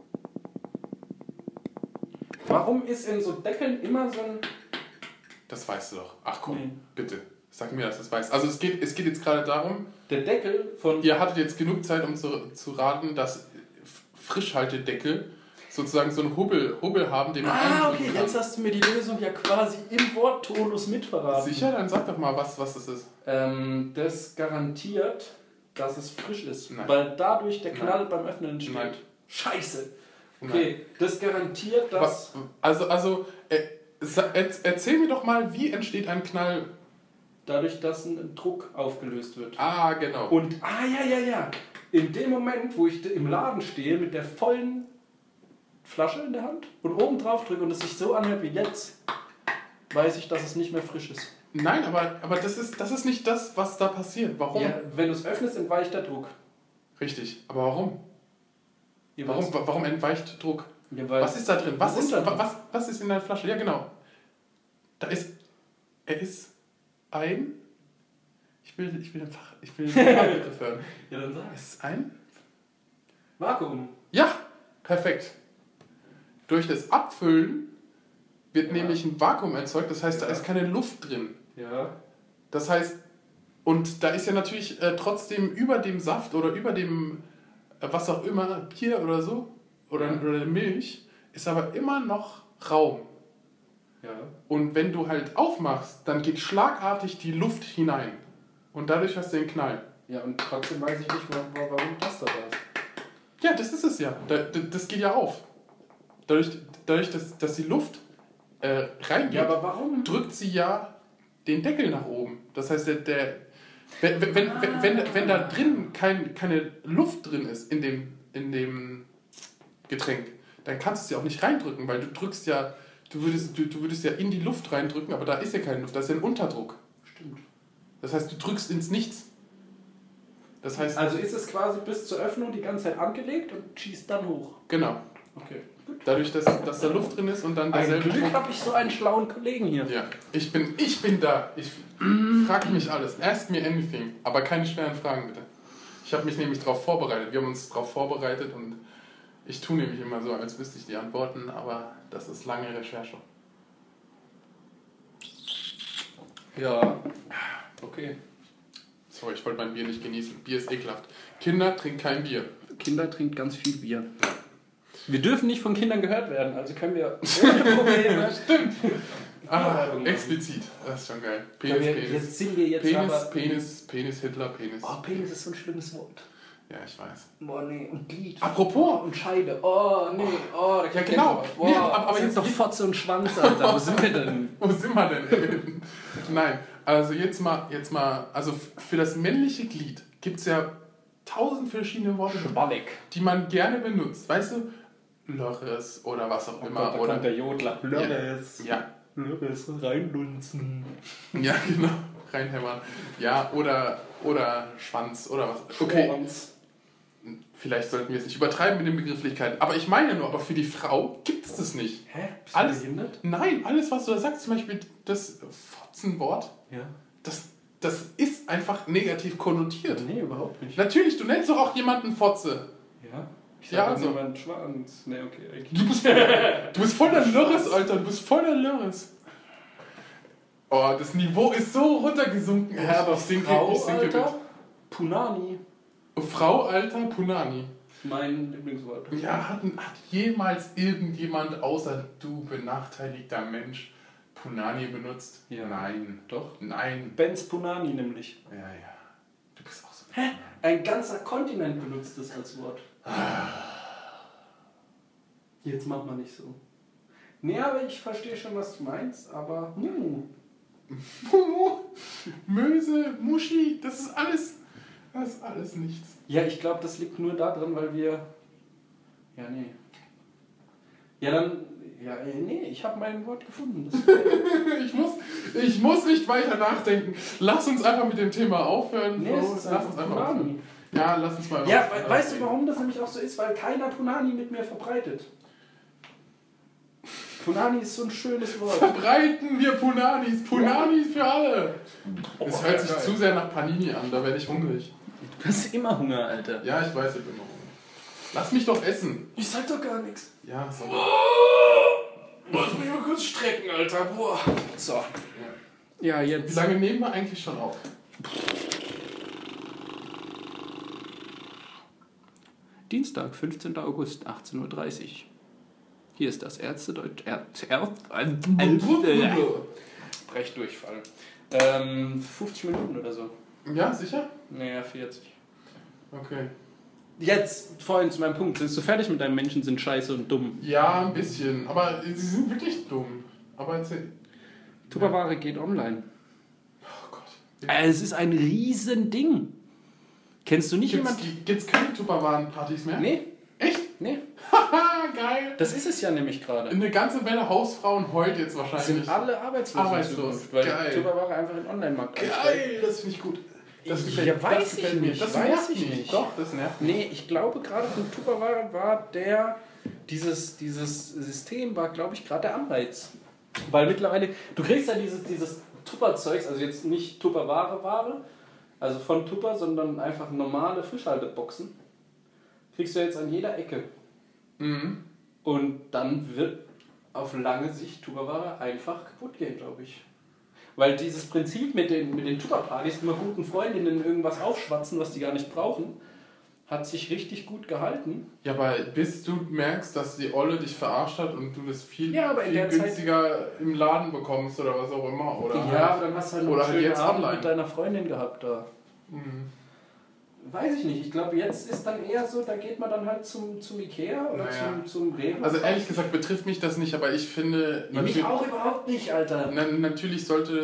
Warum ist in so Deckeln immer so ein... Das weißt du doch. Ach komm, bitte. Sag mir, dass du das weißt. Also es geht jetzt gerade darum... Der Deckel von... Ihr hattet jetzt genug Zeit, um zu raten, dass Frischhaltedeckel sozusagen so einen Hubbel haben, den man okay, kann. Jetzt hast du mir die Lösung ja quasi im Worttonus mitverraten. Sicher? Dann sag doch mal, was das ist. Das garantiert, dass es frisch ist. Nein. Weil dadurch der Knall beim Öffnen entsteht. Nein. Scheiße. Okay, nein. Das garantiert, dass... Erzähl mir doch mal, wie entsteht ein Knall... Dadurch, dass ein Druck aufgelöst wird. Ah, genau. Und, ja. In dem Moment, wo ich im Laden stehe mit der vollen Flasche in der Hand und oben drauf drücke und es sich so anhört wie jetzt, weiß ich, dass es nicht mehr frisch ist. Nein, aber das ist nicht das, was da passiert. Warum? Ja, wenn du es öffnest, entweicht der Druck. Richtig, aber warum? Warum entweicht Druck? Ja, was ist da drin? Was ist in der Flasche? Ja, genau. Er ist ein... Ich will den Fachbegriff hören. Ja, dann sag. Es ist ein... Vakuum. Ja, perfekt. Durch das Abfüllen wird nämlich ein Vakuum erzeugt, das heißt, da ist keine Luft drin. Ja. Das heißt, und da ist ja natürlich trotzdem über dem Saft oder über dem, was auch immer, Bier oder so, oder Milch, ist aber immer noch Raum. Ja. Und wenn du halt aufmachst, dann geht schlagartig die Luft hinein. Und dadurch hast du den Knall. Ja, und trotzdem weiß ich nicht, warum das da ist. Ja, das ist es ja. Das geht ja auf. Dadurch dass die Luft reingeht, Ja, aber warum? drückt sie ja den Deckel nach oben. Das heißt, wenn da drin keine Luft drin ist in dem Getränk, dann kannst du es ja auch nicht reindrücken, weil du würdest ja in die Luft reindrücken, aber da ist ja keine Luft, da ist ja ein Unterdruck. Stimmt. Das heißt, du drückst ins Nichts. Das heißt, Also ist es quasi bis zur Öffnung die ganze Zeit angelegt und schießt dann hoch. genau. Okay. Dadurch, dass da Luft drin ist und dann derselbe Glück habe ich so einen schlauen Kollegen hier. Ja, ich bin da. Ich frage mich alles. Ask me anything. Aber keine schweren Fragen, bitte. Ich habe mich nämlich darauf vorbereitet. Wir haben uns darauf vorbereitet und ich tue nämlich immer so, als wüsste ich die Antworten, aber das ist lange Recherche. Ja. Okay. Sorry, ich wollte mein Bier nicht genießen. Bier ist ekelhaft. Kinder, trinkt kein Bier. Kinder trinken ganz viel Bier. Wir dürfen nicht von Kindern gehört werden, also können wir ohne Probleme. Stimmt. Explizit. Das ist schon geil. Penis. Jetzt sind wir jetzt Penis, Hitler, Penis. Oh, Penis ist so ein schlimmes Wort. Ja, ich weiß. Boah, nee, und Glied. Apropos. Und Scheide. Oh, nee, oh, da Ja, genau. Boah, Nee, aber jetzt doch Fotze und Schwanz, Alter. Wo sind wir denn? Wo sind wir denn? Nein, also jetzt mal, also für das männliche Glied gibt es ja 1000 verschiedene Worte, Schwallig. die man gerne benutzt. Weißt du? Lörres oder was auch immer. Da oder kommt der Jodler. Lörres. Ja. Lörres, reinlunzen. Ja, genau. Reinhämmern. Ja, oder Schwanz oder was. Okay. Schwanz. Vielleicht sollten wir es nicht übertreiben mit den Begrifflichkeiten. Aber ich meine ja nur, aber für die Frau gibt es das nicht. Hä? Bist Alles, du behindert? nein, alles, was du da sagst, zum Beispiel das Fotzenwort, Ja. das ist einfach negativ konnotiert. Nee, überhaupt nicht. Natürlich, du nennst doch auch jemanden Fotze. Ja? Ich Ja, sag also. niemand Schwanz. Nee, okay. Du bist voll der Lörres, Alter. Du bist voll der Lörres. Oh, das Niveau ist so runtergesunken. Ja, aber ich sinke Alter, Punani. mit. Frau, Alter, Punani. Mein Lieblingswort. Ja, hat jemals irgendjemand außer du, benachteiligter Mensch, Punani benutzt? Ja. Nein. Doch. Nein. Benz Punani nämlich. Ja. Du bist auch so. Hä? Ein ganzer Kontinent benutzt das als Wort. Jetzt macht man nicht so. Nee, aber ich verstehe schon, was du meinst, aber Möse, Muschi, das ist alles nichts. Ja, ich glaube, das liegt nur daran, weil wir... Ja, nee. Ja, dann... Ja, nee, ich habe mein Wort gefunden. Ich muss nicht weiter nachdenken. Lass uns einfach mit dem Thema aufhören. Nee, es ist lass uns einfach Punani. aufhören. Ja, lass uns mal. Ja, weißt du, warum das nämlich auch so ist? Weil keiner Punani mit mir verbreitet. Punani ist so ein schönes Wort. Verbreiten wir Punanis. Punanis für alle. Es hört sich geil. zu sehr nach Panini an, da werde ich hungrig. Du hast immer Hunger, Alter. Ja, ich weiß, ich bin immer hungrig. Lass mich doch essen. Ich sag doch gar nichts. Ja, so. Lass mich mal kurz strecken, Alter. Boah. So. Ja, jetzt. Wie lange nehmen wir eigentlich schon auf? Dienstag, 15. August, 18:30 Uhr. Hier ist das Ärztedeutsch. Brechdurchfall. 50 Minuten oder so. Ja, sicher? Naja, 40. Okay. Jetzt, vorhin zu meinem Punkt. Bist du fertig mit deinem Menschen sind scheiße und dumm? Ja, ein bisschen. Aber sie sind wirklich dumm. Aber erzähl. Tupperware geht online. Oh Gott. Es ist ein Riesending. Kennst du nicht jemanden? Gibt's keine Tupperwaren-Partys mehr? Nee. Echt? Nee. Haha, geil. Das ist es ja nämlich gerade. Eine ganze Welle Hausfrauen heult jetzt wahrscheinlich. Sind alle arbeitslos. Arbeitslos. Weil Geil. Tupperware einfach in den Online-Markt Geil, das finde ich gut. Das gefällt, Ja, weiß das gefällt ich mir. nicht, Das weiß nervt ich mich. nicht. Doch, das nervt mich. Nee, ich glaube gerade von Tupperware war dieses System war, glaube ich, gerade der Anreiz. Weil mittlerweile, du kriegst ja dieses Tupper-Zeugs, also jetzt nicht Tupperware-Ware, also von Tupper, sondern einfach normale Frischhalteboxen, kriegst du jetzt an jeder Ecke. Mhm. Und dann wird auf lange Sicht Tupperware einfach kaputt gehen, glaube ich. Weil dieses Prinzip mit den Tupperpartys, immer guten Freundinnen irgendwas aufschwatzen, was die gar nicht brauchen, hat sich richtig gut gehalten. Ja, aber bis du merkst, dass die Olle dich verarscht hat und du das viel günstiger im Laden bekommst oder was auch immer. Oder aber dann hast du halt noch einen schönen Abend online mit deiner Freundin gehabt da. Weiß ich nicht. Ich glaube, jetzt ist dann eher so, da geht man dann halt zum Ikea oder zum Rewe. Also ehrlich gesagt betrifft mich das nicht, aber ich finde... Mich auch überhaupt nicht, Alter. Natürlich sollte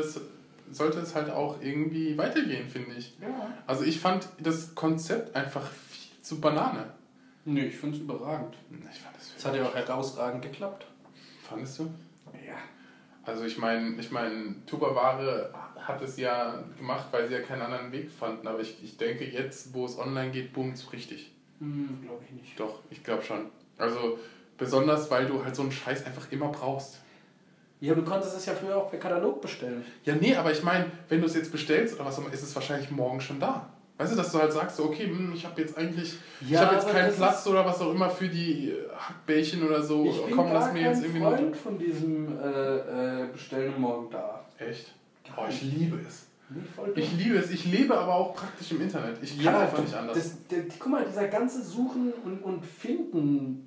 es halt auch irgendwie weitergehen, finde ich. Ja. Also ich fand das Konzept einfach viel zu Banane. Nö, ich finde es überragend. Es hat ja auch herausragend geklappt. Fandest du? Ja. Also ich meine, Tupperware hat es ja gemacht, weil sie ja keinen anderen Weg fanden. Aber ich denke, jetzt, wo es online geht, boomt es richtig. Glaube ich nicht. Doch, ich glaube schon. Also besonders, weil du halt so einen Scheiß einfach immer brauchst. Ja, du konntest es ja früher auch per Katalog bestellen. Ja, nee, aber ich meine, wenn du es jetzt bestellst oder was auch immer, ist es wahrscheinlich morgen schon da. Weißt du, dass du halt sagst, so, okay, ich habe jetzt keinen Platz oder was auch immer für die Hackbällchen oder so. Komm, lass mir jetzt irgendwie Freund von diesem Bestellen morgen da. Echt? Oh, ich liebe es. Ich liebe es. Ich lebe aber auch praktisch im Internet. Ich kann einfach nicht anders. Guck mal, dieser ganze Suchen und Finden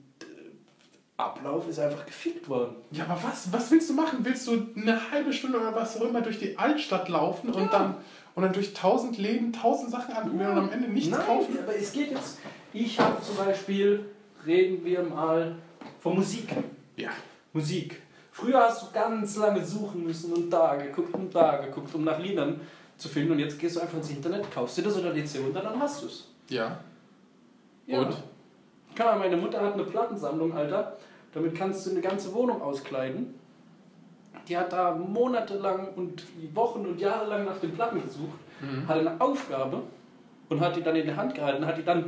Ablauf ist einfach gefickt worden. Ja, aber was willst du machen? Willst du eine halbe Stunde oder was auch immer durch die Altstadt laufen und dann durch 1000 Läden 1000 Sachen angucken und am Ende nichts kaufen? Aber es geht jetzt... Ich habe zum Beispiel, reden wir mal von Musik. Ja. Musik. Früher hast du ganz lange suchen müssen und da geguckt, um nach Liedern zu finden. Und jetzt gehst du einfach ins Internet, kaufst dir das oder lädst dir runter, dann hast du es. Ja. Und? Meine Mutter hat eine Plattensammlung, Alter. Damit kannst du eine ganze Wohnung auskleiden. Die hat da monatelang und Wochen und Jahre lang nach den Platten gesucht. Hatte eine Aufgabe und hat die dann in der Hand gehalten. Hat die dann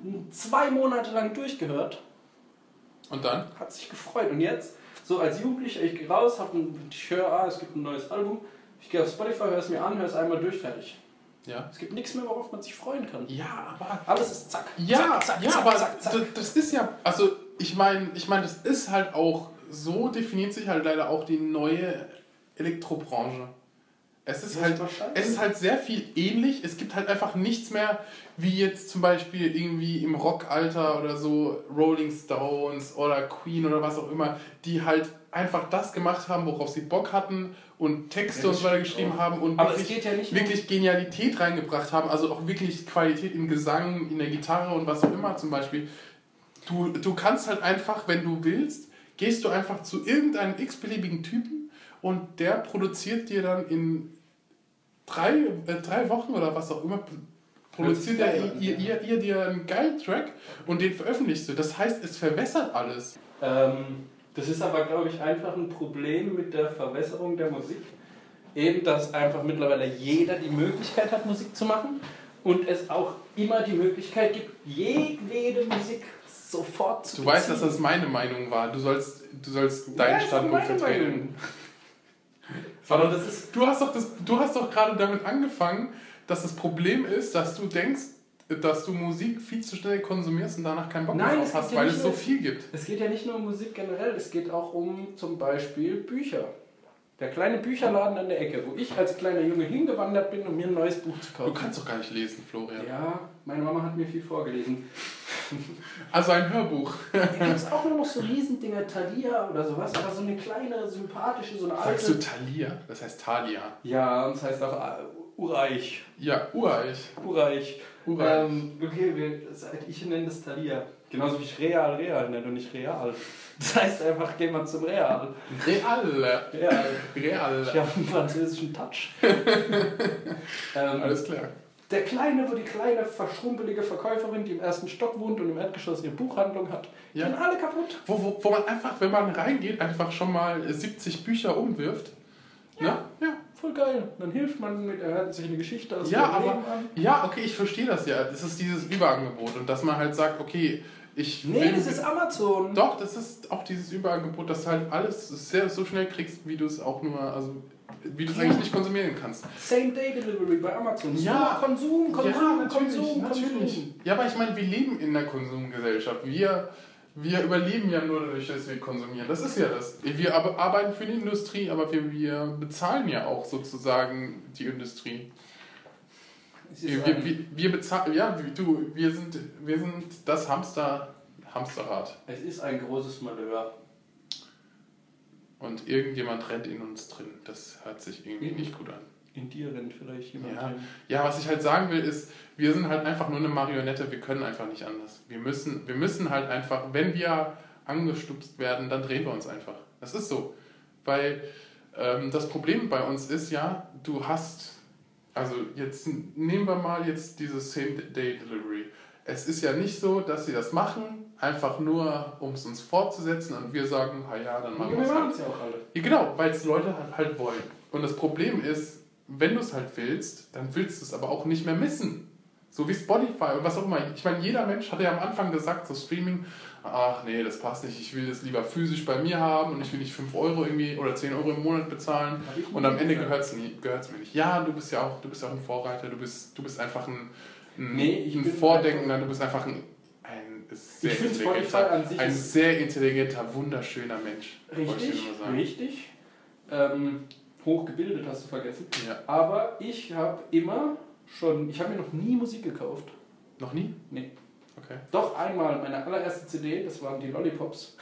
2 Monate lang durchgehört. Und dann? Hat sich gefreut. Und jetzt, so als Jugendlicher, ich gehe raus, ich höre, es gibt ein neues Album. Ich gehe auf Spotify, höre es mir an, höre es einmal durch, fertig. Ja. Es gibt nichts mehr, worauf man sich freuen kann. Ja, aber... Alles ist zack. Ja, zack, aber zack. Das ist ja... Also, ich meine, das ist halt auch... So definiert sich halt leider auch die neue Elektrobranche. Es ist halt sehr viel ähnlich. Es gibt halt einfach nichts mehr, wie jetzt zum Beispiel irgendwie im Rockalter oder so Rolling Stones oder Queen oder was auch immer, die halt einfach das gemacht haben, worauf sie Bock hatten und Texte und so weiter geschrieben haben und wirklich Genialität reingebracht haben, also auch wirklich Qualität im Gesang, in der Gitarre und was auch immer zum Beispiel. Du kannst halt einfach, wenn du willst, gehst du einfach zu irgendeinem x-beliebigen Typen und der produziert dir dann in 3 Wochen oder was auch immer, produziert ihr dir einen geilen Track und den veröffentlichst du. Das heißt, es verwässert alles. Das ist aber, glaube ich, einfach ein Problem mit der Verwässerung der Musik. Eben, dass einfach mittlerweile jeder die Möglichkeit hat, Musik zu machen und es auch immer die Möglichkeit gibt, jede Musik sofort zu beziehen. Du weißt, dass das meine Meinung war. Du sollst deinen Standpunkt vertreten. Aber du hast doch gerade damit angefangen, dass das Problem ist, dass du denkst, dass du Musik viel zu schnell konsumierst und danach keinen Bock mehr drauf hast, weil es so viel gibt. Es geht ja nicht nur um Musik generell, es geht auch um zum Beispiel Bücher. Der kleine Bücherladen an der Ecke, wo ich als kleiner Junge hingewandert bin, um mir ein neues Buch zu kaufen. Du kannst doch gar nicht lesen, Florian. Ja, meine Mama hat mir viel vorgelesen. Also ein Hörbuch. Da gibt es auch nur noch so Riesendinger, Thalia oder sowas, aber so eine kleine, sympathische, so eine alte... Sagst du Thalia? Das heißt Thalia. Ja, und das heißt auch Ureich. Ja, Ureich. Okay, ich nenne das Thalia. Genauso wie ich Real nenne und nicht Real. Das heißt einfach, geh mal zum Real. Real. Ich habe einen französischen Touch. Alles klar. Der Kleine, wo die kleine, verschrumpelige Verkäuferin, die im 1. Stock wohnt und im Erdgeschoss ihre Buchhandlung hat, sind alle kaputt. Wo man einfach, wenn man reingeht, einfach schon mal 70 Bücher umwirft. Ja, voll geil. Dann hilft man, hört sich eine Geschichte aus dem Leben an. Ja, okay, ich verstehe das ja. Das ist dieses Überangebot und dass man halt sagt, okay, das ist Amazon. Doch, das ist auch dieses Überangebot, dass du halt alles so schnell kriegst, wie du es auch nur, also wie du es eigentlich nicht konsumieren kannst. Same-Day-Delivery bei Amazon. Ja, Konsum. Natürlich. Ja, aber ich meine, wir leben in einer Konsumgesellschaft. Wir überleben ja nur dadurch, dass wir konsumieren. Das ist ja das. Wir arbeiten für die Industrie, aber wir bezahlen ja auch sozusagen die Industrie. Wir bezahlen, ja, wir sind das Hamsterrad. Es ist ein großes Malheur. Und irgendjemand rennt in uns drin. Das hört sich irgendwie nicht gut an. In dir rennt vielleicht jemand Ja. drin. Ja, was ich halt sagen will, ist, wir sind halt einfach nur eine Marionette, wir können einfach nicht anders. Wir müssen halt einfach, wenn wir angestupst werden, dann drehen wir uns einfach. Das ist so. Weil das Problem bei uns ist ja, du hast, also jetzt nehmen wir mal jetzt dieses Same-Day-Delivery. Es ist ja nicht so, dass sie das machen, einfach nur, um es uns fortzusetzen und wir sagen, ja, dann machen wir es halt. Ja auch alle. Ja, genau, weil es Leute halt wollen. Und das Problem ist, wenn du es halt willst, dann willst du es aber auch nicht mehr missen. So wie Spotify und was auch immer. Ich meine, jeder Mensch hat ja am Anfang gesagt, so Streaming, ach nee, das passt nicht, ich will das lieber physisch bei mir haben und ich will nicht 5 Euro irgendwie oder 10 Euro im Monat bezahlen und am Ende gehört es mir nicht. Ja, du bist ja auch ein Vorreiter, du bist einfach ein Vordenkender, du bist einfach ein sehr intelligenter, wunderschöner Mensch. Richtig. Hochgebildet hast du vergessen. Ja. Aber ich habe mir noch nie Musik gekauft. Noch nie? Nee. Okay. Doch einmal, meine allererste CD, das waren die Lollipops.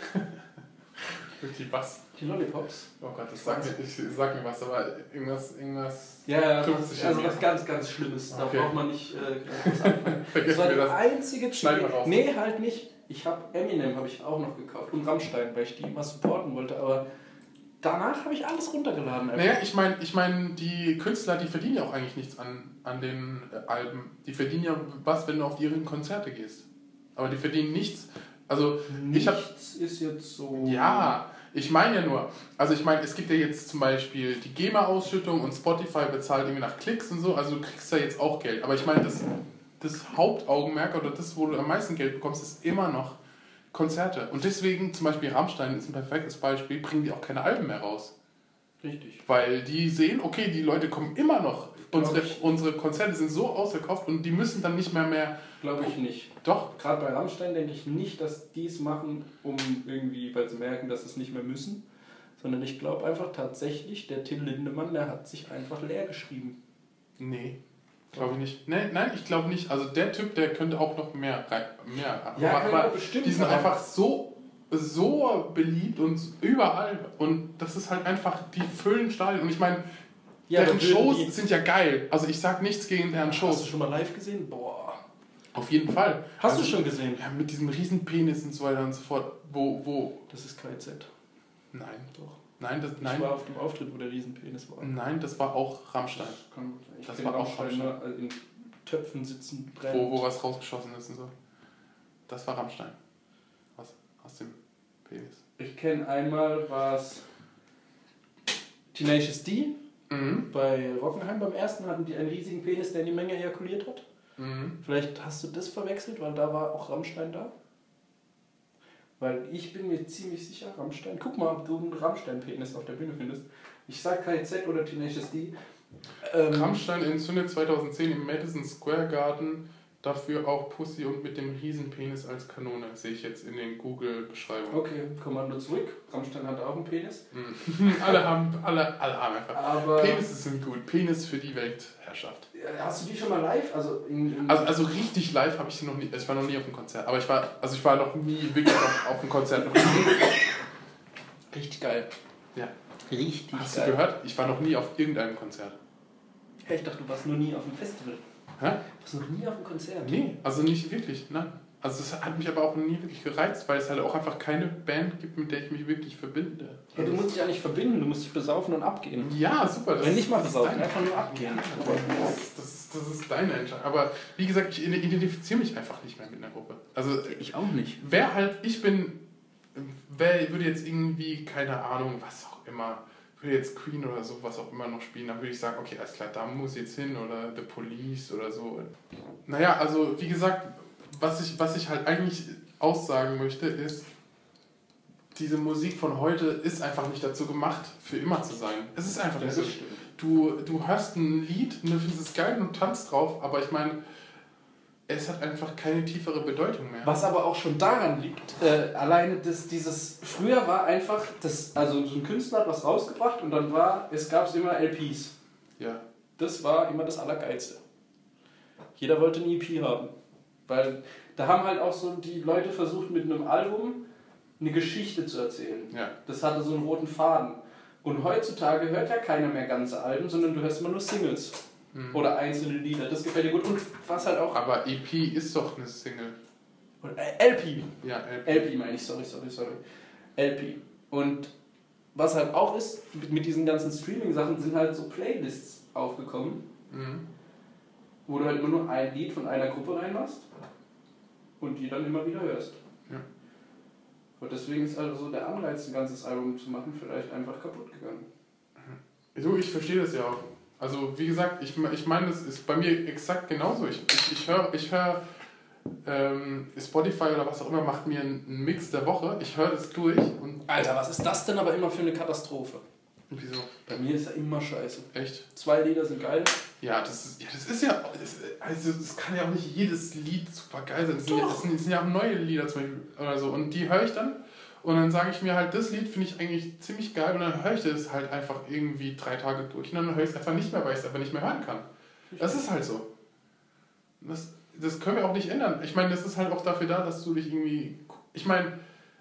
Wirklich was? Die Lollipops. Oh Gott, sag mir was, aber irgendwas ja, sich also was ganz, ganz Schlimmes. Da braucht man nicht groß anfangen. Vergessen das war wir die das. einzige Schneiden wir raus. Nee, halt nicht. Eminem habe ich auch noch gekauft und Rammstein, weil ich die immer supporten wollte, aber danach habe ich alles runtergeladen. Naja, ich mein, die Künstler, die verdienen ja auch eigentlich nichts an den Alben. Die verdienen ja was, wenn du auf ihre Konzerte gehst. Aber die verdienen nichts. Also nichts ist jetzt so... Ja, ich meine ja nur, also ich meine, es gibt ja jetzt zum Beispiel die GEMA-Ausschüttung und Spotify bezahlt irgendwie nach Klicks und so, also du kriegst da jetzt auch Geld. Aber ich meine, das Hauptaugenmerk oder das, wo du am meisten Geld bekommst, ist immer noch Konzerte. Und deswegen, zum Beispiel Rammstein ist ein perfektes Beispiel, bringen die auch keine Alben mehr raus. Richtig. Weil die sehen, okay, die Leute kommen immer noch. Unsere Konzerte sind so ausverkauft und die müssen dann nicht mehr... Glaube ich nicht. Doch. Gerade bei Rammstein denke ich nicht, dass die es machen, um irgendwie, weil sie merken, dass sie es nicht mehr müssen. Sondern ich glaube einfach tatsächlich, der Till Lindemann, der hat sich einfach leer geschrieben. Nee. Glaube ich nicht. Nein, ich glaube nicht. Also der Typ, der könnte auch noch mehr ja, aber bestimmt. Die sind einfach so beliebt und überall. Und das ist halt einfach, die füllen Stadien. Und ich meine, deren Shows sind ja geil. Also ich sag nichts gegen deren Shows. Hast du schon mal live gesehen? Boah. Auf jeden Fall. Hast du schon gesehen? Ja, mit diesem riesen Penis und so weiter und so fort. Wo? Das ist KZ. Nein. Doch. Nein. Ich war auf dem Auftritt, wo der Riesenpenis war. Nein, das war auch Rammstein. Das war auch Rammstein. In Töpfen sitzen, brennen. Wo was rausgeschossen ist und so. Das war Rammstein. Aus dem Penis. Ich kenne einmal was Tenacious D. Bei Rockenheim beim ersten hatten die einen riesigen Penis, der in die Menge ejakuliert hat. Vielleicht hast du das verwechselt, weil da war auch Rammstein da. Weil ich bin mir ziemlich sicher, Rammstein. Guck mal, ob du einen Rammstein-Penis auf der Bühne findest. Ich sag KZ oder Tenacious D. Rammstein entzündet 2010 im Madison Square Garden, dafür auch Pussy und mit dem Riesenpenis als Kanone, sehe ich jetzt in den Google-Beschreibungen. Okay, Kommando zurück. Rammstein hatte auch einen Penis. alle haben einfach. Aber Penisse sind gut. Penis für die Weltherrschaft. Hast du die schon mal live? Also richtig live habe ich sie noch nie. Ich war noch nie auf einem Konzert. Aber ich war noch nie wirklich auf einem Konzert. Richtig geil. Ja. Richtig Hast geil. du gehört? Ich war noch nie auf irgendeinem Konzert. Ja, ich dachte, du warst noch nie auf einem Festival. Hä? Du warst noch nie auf einem Konzert? Nee, also nicht wirklich, nein. Also es hat mich aber auch nie wirklich gereizt, weil es halt auch einfach keine Band gibt, mit der ich mich wirklich verbinde. Ja, du musst dich ja nicht verbinden, du musst dich besaufen und abgehen. Ja, super. Wenn nicht mal besaufen, einfach nur abgehen. Das ist deine Entscheidung. Aber wie gesagt, ich identifiziere mich einfach nicht mehr mit einer Gruppe. Also ich auch nicht. Würde jetzt irgendwie, keine Ahnung, was auch immer, würde jetzt Queen oder so, was auch immer noch spielen, dann würde ich sagen, okay, alles klar, da muss ich jetzt hin oder The Police oder so. Naja, also wie gesagt, was ich halt eigentlich aussagen möchte, ist, diese Musik von heute ist einfach nicht dazu gemacht, für immer zu sein. Es ist einfach nicht so. Du hörst ein Lied und du findest es geil und tanzt drauf, aber ich meine, es hat einfach keine tiefere Bedeutung mehr. Was aber auch schon daran liegt, alleine früher war einfach, also so ein Künstler hat was rausgebracht und dann gab es immer LPs. Ja. Das war immer das Allergeilste. Jeder wollte eine EP haben. Weil da haben halt auch so die Leute versucht, mit einem Album eine Geschichte zu erzählen. Ja. Das hatte so einen roten Faden. Und heutzutage hört ja keiner mehr ganze Alben, sondern du hörst immer nur Singles. Oder einzelne Lieder. Das gefällt dir gut. Und was halt auch... Aber EP ist doch eine Single. LP. Ja, LP meine ich, sorry. LP. Und was halt auch ist, mit diesen ganzen Streaming-Sachen sind halt so Playlists aufgekommen, wo du halt immer nur ein Lied von einer Gruppe reinmachst und die dann immer wieder hörst. Ja. Und deswegen ist also so der Anreiz, ein ganzes Album zu machen, vielleicht einfach kaputt gegangen. So, ich verstehe das ja auch. Also, wie gesagt, ich meine, das ist bei mir exakt genauso. Ich höre Spotify oder was auch immer macht mir einen Mix der Woche. Ich höre das durch und... Alter, was ist das denn aber immer für eine Katastrophe? Wieso? Bei mir ist ja immer scheiße. Echt? 2 Lieder sind geil. Ja, das kann ja auch nicht jedes Lied super geil sein. Das sind ja auch neue Lieder zum Beispiel oder so. Und die höre ich dann und dann sage ich mir halt, das Lied finde ich eigentlich ziemlich geil und dann höre ich das halt einfach irgendwie 3 Tage durch und dann höre ich es einfach nicht mehr, weil ich es einfach nicht mehr hören kann. Das ist halt so. Das können wir auch nicht ändern. Ich meine, das ist halt auch dafür da, dass du dich irgendwie... Ich meine,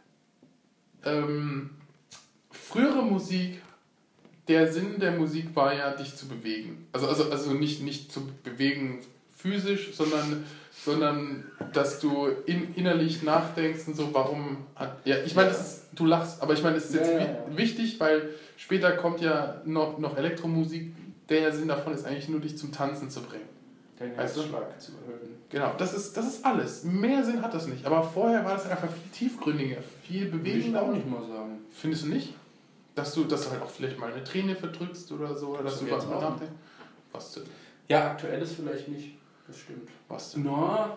frühere Musik, der Sinn der Musik war ja, dich zu bewegen. Also nicht zu bewegen physisch, sondern dass du innerlich nachdenkst und so, warum... Ja, ich meine, du lachst, aber ich meine, es ist jetzt wichtig, weil später kommt ja noch Elektromusik. Der Sinn davon ist eigentlich nur, dich zum Tanzen zu bringen. Den Herzschlag zu erhöhen. Genau, das ist alles. Mehr Sinn hat das nicht. Aber vorher war das einfach viel tiefgründiger, viel bewegender. Will ich auch nicht mal sagen. Findest du nicht? Dass du halt auch vielleicht mal eine Träne verdrückst oder so, oder dass du was mal nachdenkst? Was denn? Ja, aktuell ist vielleicht nicht. Das stimmt. Was denn? No.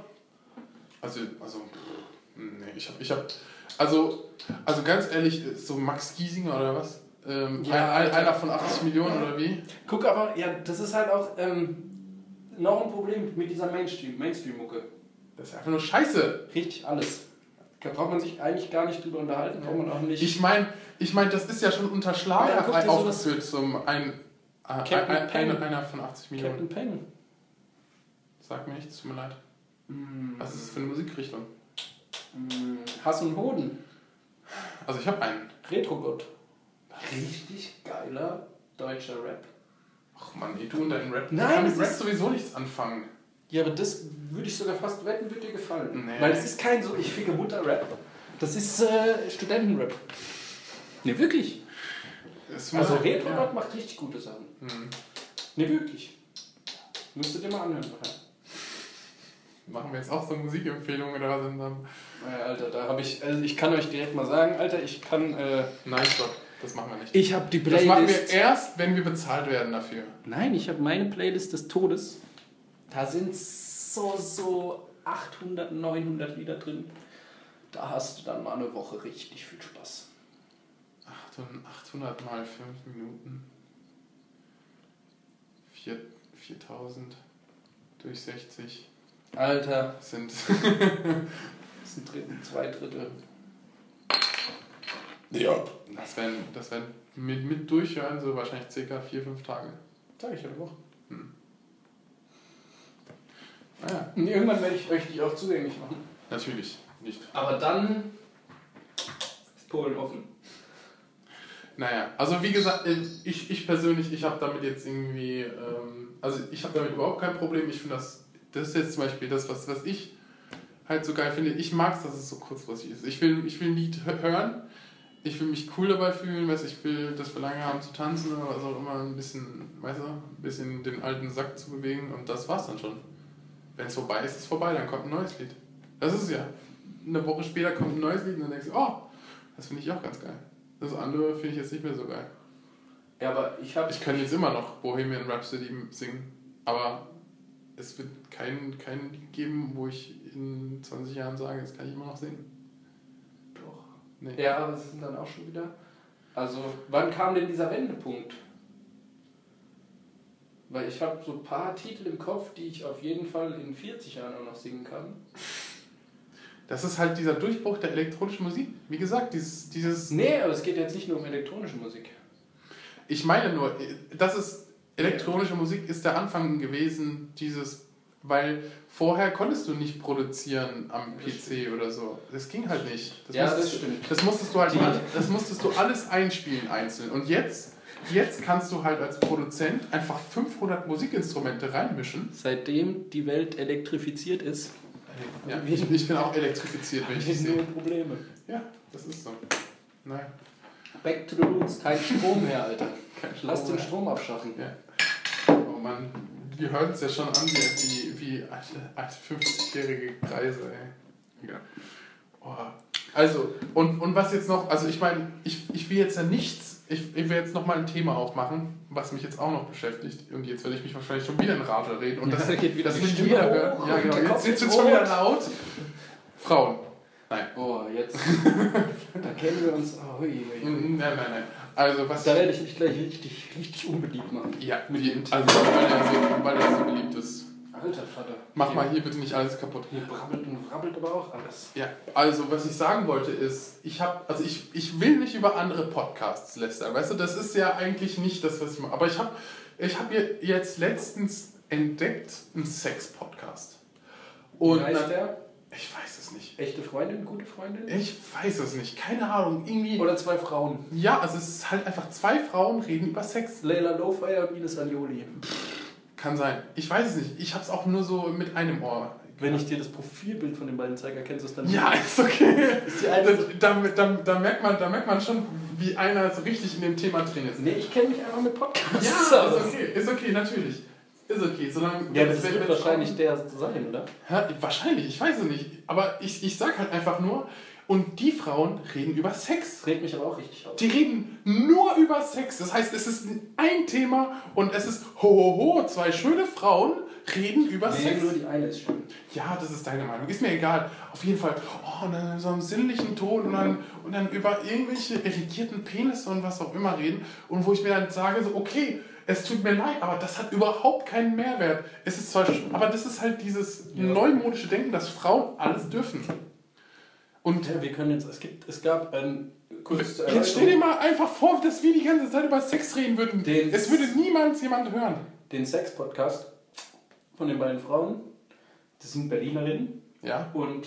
Also ganz ehrlich, so Max Giesinger oder was? Einer von 80 Millionen oder wie? Guck aber, ja, das ist halt auch noch ein Problem mit dieser Mainstream-Mucke. Das ist einfach nur Scheiße. Richtig alles. Da braucht man sich eigentlich gar nicht drüber unterhalten, braucht man auch nicht. Ich meine, das ist ja schon unter Schlager aufgeführt zum einer von 80 Millionen. Captain Pen. Sag mir nichts, tut mir leid. Was ist das für eine Musikrichtung? Hass und Hoden. Also ich habe einen. Retrogott. Richtig geiler deutscher Rap. Ach man, du und deinen Rap. Nein, ich kann mit Rap sowieso nichts anfangen. Ja, aber das würde ich sogar fast wetten, wird dir gefallen. Nee. Weil es ist kein so ich ficke Mutter-Rap. Das ist Studentenrap. Ne, wirklich. Also Retrogott macht richtig gute Sachen. Ne, wirklich. Müsst ihr dir mal anhören. Machen wir jetzt auch so Musikempfehlungen oder was? Naja, Alter, da habe ich... Also ich kann euch direkt mal sagen, Alter, ich kann... Nein, stopp. Das machen wir nicht. Ich habe die Playlist... Das machen wir erst, wenn wir bezahlt werden dafür. Nein, ich habe meine Playlist des Todes. Da sind so 800, 900 Lieder drin. Da hast du dann mal eine Woche richtig viel Spaß. 800 mal 5 Minuten. 4000 durch 60. Alter. Sind... Das sind 2/3. Ja. Das wären mit Durchhören so wahrscheinlich ca. 4-5 Tage. Sag ich ja eine Woche. Ja. Und irgendwann werde ich euch die auch zugänglich machen. Natürlich nicht. Aber dann ist Polen offen. Naja, also wie gesagt, ich persönlich, ich habe damit jetzt irgendwie, ich habe damit überhaupt kein Problem. Ich finde das ist jetzt zum Beispiel das, was ich halt so geil finde. Ich mag es, dass es so kurzfristig ist. Ich will ein Lied hören, ich will mich cool dabei fühlen, ich will das Verlangen haben zu tanzen oder was auch immer, ein bisschen den alten Sack zu bewegen und das war's dann schon. Wenn es vorbei ist, ist es vorbei, dann kommt ein neues Lied. Das ist ja. Eine Woche später kommt ein neues Lied und dann denkst du, oh, das finde ich auch ganz geil. Das andere finde ich jetzt nicht mehr so geil. Ja, aber ich kann jetzt immer noch Bohemian Rhapsody singen, aber es wird kein Lied geben, wo ich in 20 Jahren sage, das kann ich immer noch singen. Doch. Nee. Ja, aber es sind dann auch schon wieder... Also, wann kam denn dieser Wendepunkt? Weil ich habe so ein paar Titel im Kopf, die ich auf jeden Fall in 40 Jahren auch noch singen kann. Das ist halt dieser Durchbruch der elektronischen Musik. Wie gesagt, dieses... Nee, aber es geht jetzt nicht nur um elektronische Musik. Ich meine nur, elektronische Musik ist der Anfang gewesen, dieses Weil vorher konntest du nicht produzieren am PC oder so. Das ging halt nicht. Das stimmt. Das musstest du alles einspielen einzeln. Und jetzt kannst du halt als Produzent einfach 500 Musikinstrumente reinmischen. Seitdem die Welt elektrifiziert ist, Ja, ich bin auch elektrifiziert, wenn ich das sehe. Probleme. Ja, das ist so. Nein. Back to the roots, kein Strom mehr, Alter. Lass den mehr. Strom abschaffen. Ja. Oh Mann, wir hören es ja schon an wie alte 50-jährige Kreise, ey. Ja. Oh. Also, und was jetzt noch, also ich meine, ich will jetzt ja nichts, ich will jetzt nochmal ein Thema aufmachen, was mich jetzt auch noch beschäftigt. Und jetzt werde ich mich wahrscheinlich schon wieder in Rage reden. Und das geht wieder das die will ich Stimme wieder hoch. hören. Ja, genau. Der Kopf Jetzt wird ist es schon wieder rot. laut. Frauen. Nein. Oh, jetzt. Da kennen wir uns. Oh, Nein. Also, was. Da werde ich mich gleich richtig unbeliebt machen. Ja, mit dem also, weil er so beliebt ist. Alter Vater. Mach mal hier bitte nicht alles kaputt. Hier brabbelt und brabbelt aber auch alles. Ja, also was ich sagen wollte ist, ich will nicht über andere Podcasts lästern, weißt du, das ist ja eigentlich nicht das, was ich mache. Aber ich hab jetzt letztens entdeckt einen Sex-Podcast. Wie heißt der? Ich weiß es nicht. Echte Freundin, gute Freundin? Ich weiß es nicht, keine Ahnung, irgendwie... Oder zwei Frauen? Ja, also es ist halt einfach 2 Frauen reden über Sex. Leila Lowfire und Ines Anjoli. Kann sein. Ich weiß es nicht. Ich hab's auch nur so mit einem Ohr. Wenn ich dir das Profilbild von den beiden zeige, erkennst du es dann Ja, ist okay. Ist die eine Da merkt man schon, wie einer so richtig in dem Thema drin ist. Nee, ich kenne mich einfach mit Podcasts Ja, aus. ist okay, natürlich. Ist okay, solange... Ja, das wird wahrscheinlich der sein, oder? Ja, wahrscheinlich, ich weiß es nicht. Aber ich sag halt einfach nur, und die Frauen reden über Sex. Das regt mich aber auch richtig auf. Die reden nur über Sex. Das heißt, es ist ein Thema und es ist ho, 2 schöne Frauen reden über Sex. Nur die eine ist schön. Ja, das ist deine Meinung. Ist mir egal. Auf jeden Fall. Oh, und dann in so einem sinnlichen Ton und dann über irgendwelche irritierten Penisse und was auch immer reden. Und wo ich mir dann sage, so, okay, es tut mir leid, aber das hat überhaupt keinen Mehrwert. Es ist zwar, aber das ist halt dieses neumodische Denken, dass Frauen alles dürfen. Und ja, wir können jetzt, es gab ein kurzes jetzt stell dir mal einfach vor, dass wir die ganze Zeit über Sex reden würden. Es würde niemals jemand hören. Den Sex-Podcast von den beiden Frauen, das sind Berlinerinnen. Ja. Und,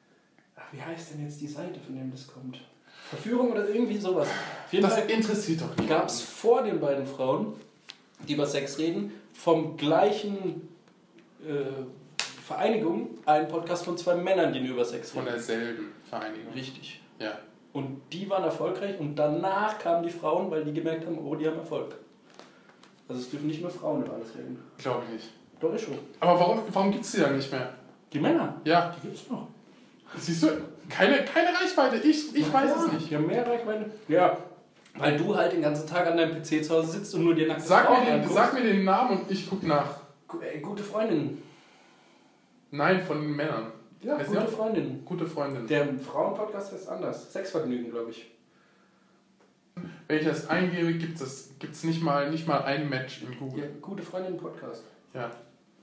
wie heißt denn jetzt die Seite, von dem das kommt? Verführung oder irgendwie sowas. Auf jeden Das Fall interessiert doch nicht. gab es vor den beiden Frauen, die über Sex reden, vom gleichen Vereinigung einen Podcast von 2 Männern, die nur über Sex reden. Von derselben Vereinigung. Richtig. Ja. Und die waren erfolgreich und danach kamen die Frauen, weil die gemerkt haben, oh, die haben Erfolg. Also es dürfen nicht mehr Frauen über alles reden. Glaube ich nicht. Doch, ist schon. Aber warum gibt es die dann nicht mehr? Die Männer? Ja. Die gibt's noch. Siehst du, keine Reichweite. Ich weiß es nicht. Die haben mehr Reichweite. Ja, weil du halt den ganzen Tag an deinem PC zu Hause sitzt und nur dir nackte Sag Frauen anguckst. mir den Namen und ich guck nach. Gute Freundin. Nein, von den Männern. Ja, Weißt gute du? Freundin. Gute Freundin. Der Frauenpodcast ist anders. Sexvergnügen, glaube ich. Wenn ich das eingebe, gibt's nicht mal ein Match in Google. Ja, gute Freundin Podcast. Ja.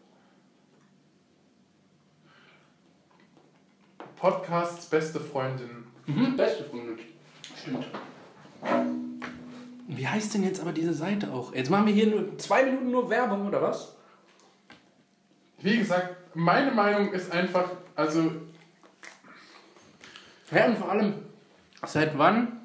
Podcasts beste Freundin. Beste Freundin. Stimmt. Wie heißt denn jetzt aber diese Seite auch? Jetzt machen wir hier nur 2 Minuten nur Werbung, oder was? Wie gesagt, meine Meinung ist einfach, also... Ja, und vor allem, seit wann?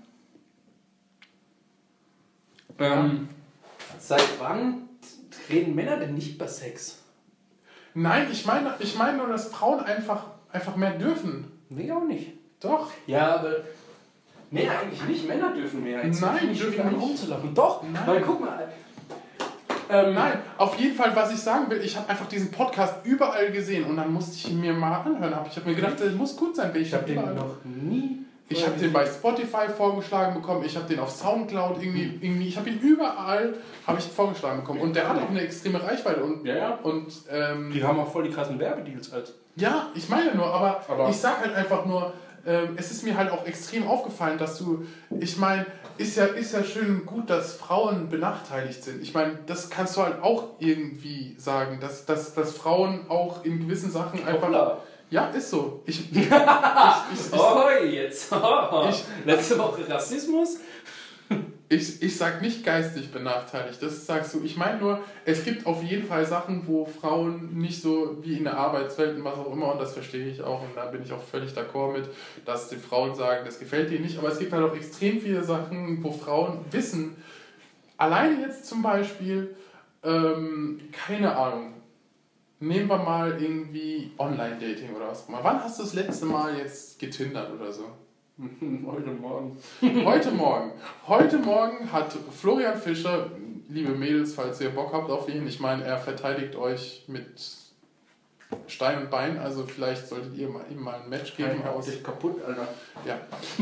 Seit wann reden Männer denn nicht über Sex? Nein, ich meine nur, dass Frauen einfach mehr dürfen. Nee, auch nicht. Doch. Ja, aber... Nee, eigentlich nicht. Männer dürfen mehr. Jetzt Nein, nicht dürfen wieder nicht. rumzulaufen. Doch, Nein. weil guck mal... Nein, auf jeden Fall, was ich sagen will, ich habe einfach diesen Podcast überall gesehen und dann musste ich ihn mir mal anhören. Ich habe mir gedacht, der muss gut sein, weil Ich habe den noch nie... Ich habe den bei Spotify vorgeschlagen bekommen, ich habe den auf Soundcloud irgendwie ich habe ihn überall vorgeschlagen bekommen und der hat auch eine extreme Reichweite und Ja. und Die haben auch voll die krassen Werbedeals halt. ja, ich meine nur, aber Aber- ich sag halt einfach nur, es ist mir halt auch extrem aufgefallen, dass ich meine, ist ja schön und gut, dass Frauen benachteiligt sind. Ich meine, das kannst du halt auch irgendwie sagen, dass Frauen auch in gewissen Sachen einfach... Hoppla. Ja, ist so. Oh, jetzt. Letzte Woche Rassismus. Ich sag nicht geistig benachteiligt, das sagst du. Ich meine nur, es gibt auf jeden Fall Sachen, wo Frauen nicht so wie in der Arbeitswelt und was auch immer, und das verstehe ich auch und da bin ich auch völlig d'accord mit, dass die Frauen sagen, das gefällt dir nicht, aber es gibt halt auch extrem viele Sachen, wo Frauen wissen, alleine jetzt zum Beispiel, keine Ahnung, nehmen wir mal irgendwie Online-Dating oder was auch immer. Wann hast du das letzte Mal jetzt getindert oder so? Heute Morgen. Heute Morgen hat Florian Fischer, liebe Mädels, falls ihr Bock habt auf ihn, ich meine, er verteidigt euch mit Stein und Bein, also vielleicht solltet ihr ihm mal ein Match geben. Aus dich kaputt, Alter. Ja,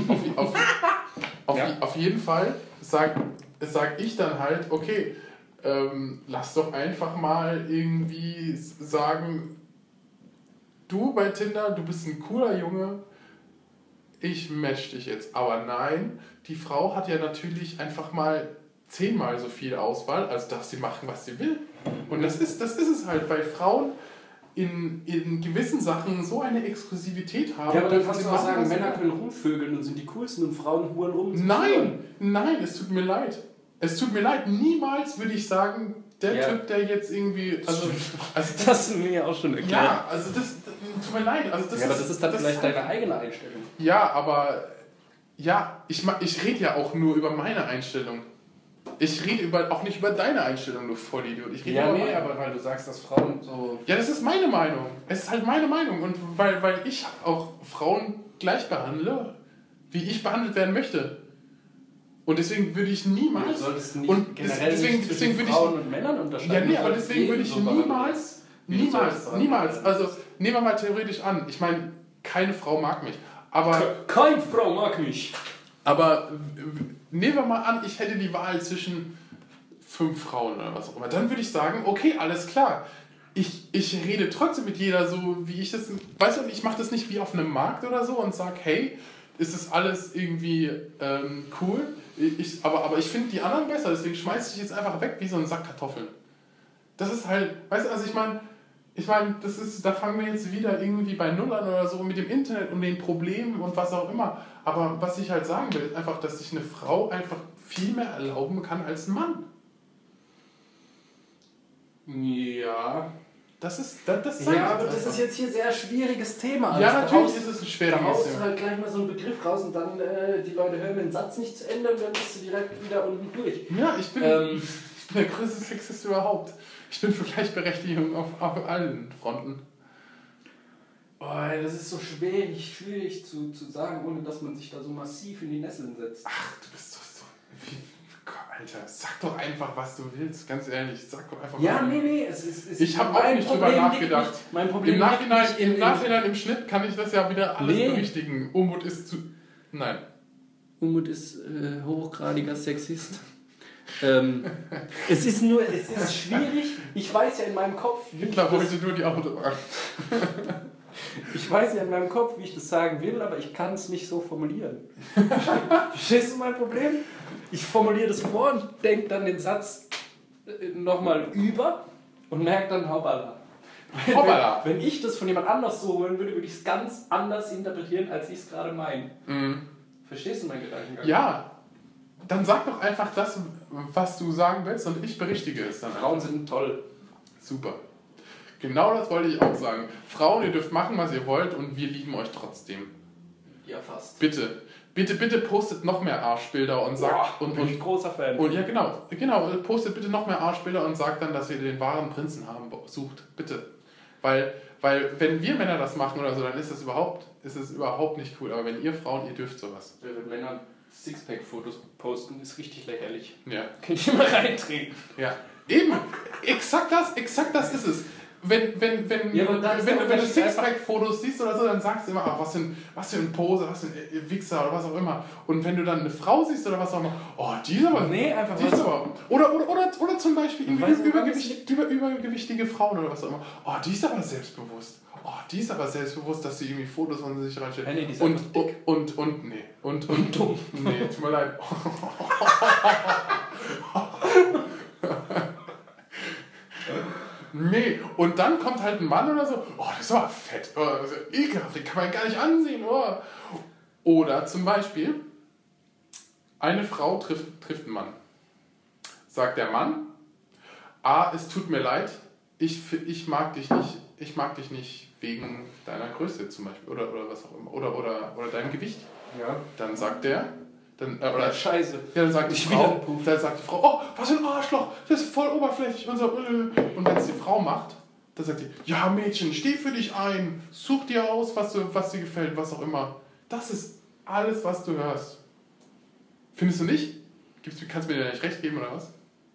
auf jeden Fall sag ich dann halt, okay, lass doch einfach mal irgendwie sagen, du bei Tinder, du bist ein cooler Junge, ich match dich jetzt. Aber nein, die Frau hat ja natürlich einfach mal 10-mal so viel Auswahl, also darf sie machen, was sie will. Und das ist es halt, weil Frauen in gewissen Sachen so eine Exklusivität haben. Ja, aber dann kannst du auch sagen, Männer können rumvögeln und sind die coolsten und Frauen huren rum. Nein, es tut mir leid. Niemals würde ich sagen, Typ, der jetzt irgendwie... Also das hast du mir ja auch schon erklärt. Ja, also das tut mir leid. Also aber das ist dann vielleicht deine eigene Einstellung. Ja, aber... Ja, ich rede ja auch nur über meine Einstellung. Ich rede auch nicht über deine Einstellung, du Vollidiot. Aber weil du sagst, dass Frauen so... Ja, das ist meine Meinung. Es ist halt meine Meinung. Und weil ich auch Frauen gleich behandle, wie ich behandelt werden möchte. Und deswegen würde ich niemals... Du solltest nicht und generell deswegen zwischen Frauen und Männern unterscheiden. Ja, aber deswegen würde ich niemals... Also, nehmen wir mal theoretisch an. Ich meine, keine Frau mag mich. Aber... Keine Frau mag mich. Aber nehmen wir mal an, ich hätte die Wahl zwischen 5 Frauen oder was auch immer. Dann würde ich sagen, okay, alles klar. Ich rede trotzdem mit jeder so, wie ich das... Weißt du, ich mache das nicht wie auf einem Markt oder so und sage, hey, ist das alles irgendwie cool? Aber ich finde die anderen besser, deswegen schmeiße ich jetzt einfach weg wie so ein Sack Kartoffeln. Das ist halt... Weißt du, also ich meine, da fangen wir jetzt wieder irgendwie bei Null an oder so mit dem Internet und den Problemen und was auch immer. Aber was ich halt sagen will, ist einfach, dass sich eine Frau einfach viel mehr erlauben kann als ein Mann. Ja. Das ist jetzt hier ein sehr schwieriges Thema. Ja, natürlich ist es ein schwieriges Thema. Da haust du halt gleich mal so einen Begriff raus und dann die Leute hören den Satz nicht zu Ende und dann bist du direkt wieder unten durch. Ja, ich bin der größte Sexist überhaupt. Ich bin für Gleichberechtigung auf allen Fronten. Oh, das ist so schwierig zu sagen, ohne dass man sich da so massiv in die Nesseln setzt. Ach, du bist doch so... Alter, sag doch einfach, was du willst, ganz ehrlich. Sag doch einfach, ja, nee, es ist... Ich habe auch nicht drüber nachgedacht. Mein Problem Im Nachhinein, im Schnitt kann ich das ja wieder alles berichtigen. Umut ist zu... Nein. Umut ist hochgradiger Sexist. Es ist schwierig. Ich weiß ja in meinem Kopf... Hitler wollte nur die Autobahn. Ich weiß ja in meinem Kopf, wie ich das sagen will, aber ich kann es nicht so formulieren. Verstehst du mein Problem? Ich formuliere das vor und denke dann den Satz nochmal über und merke dann hoppala. Wenn ich das von jemand anders so holen würde, würde ich es ganz anders interpretieren, als ich es gerade meine. Mhm. Verstehst du meinen Gedankengang? Ja. Dann sag doch einfach das, was du sagen willst und ich berichtige es dann. Frauen sind toll. Super. Genau das wollte ich auch sagen. Frauen, ihr dürft machen, was ihr wollt und wir lieben euch trotzdem. Ja, fast. Bitte postet noch mehr Arschbilder und sagt... Boah, bin ich großer Fan. Und ja, genau. Postet bitte noch mehr Arschbilder und sagt dann, dass ihr den wahren Prinzen sucht. Bitte. Weil wenn wir Männer das machen oder so, dann ist es überhaupt nicht cool. Aber wenn ihr Frauen, ihr dürft sowas. Wenn Männer Sixpack-Fotos posten, ist richtig lächerlich. Ja. Kann ich immer reintreten. Ja. Eben. Exakt das ist es. Wenn du Sixpack-Fotos siehst oder so, dann sagst du immer, ach, was für ein Pose, was für ein Wichser oder was auch immer. Und wenn du dann eine Frau siehst oder was auch immer, oh, die ist aber... Nee, einfach die ist aber... Oder zum Beispiel übergewichtige Frauen oder was auch immer. Oh, die ist aber selbstbewusst. Oh, die ist aber selbstbewusst, dass sie irgendwie Fotos von sich reinstellt. Nee, die ist und dumm. Nee, tut mir leid. Nee, und dann kommt halt ein Mann oder so, oh, das ist aber fett, oh, das ist ekelhaft, den kann man gar nicht ansehen. Oh. Oder zum Beispiel, Eine Frau trifft einen Mann. Sagt der Mann, es tut mir leid, ich mag dich nicht wegen deiner Größe zum Beispiel oder was auch immer oder deinem Gewicht. Ja. Dann sagt der, Scheiße. Ja, dann sagt die Frau, oh, was für ein Arschloch, das ist voll oberflächlich und so. Und wenn es die Frau macht, dann sagt die, ja Mädchen, steh für dich ein, such dir aus, was dir gefällt, was auch immer. Das ist alles, was du hörst. Findest du nicht? Kannst du mir da nicht recht geben oder was?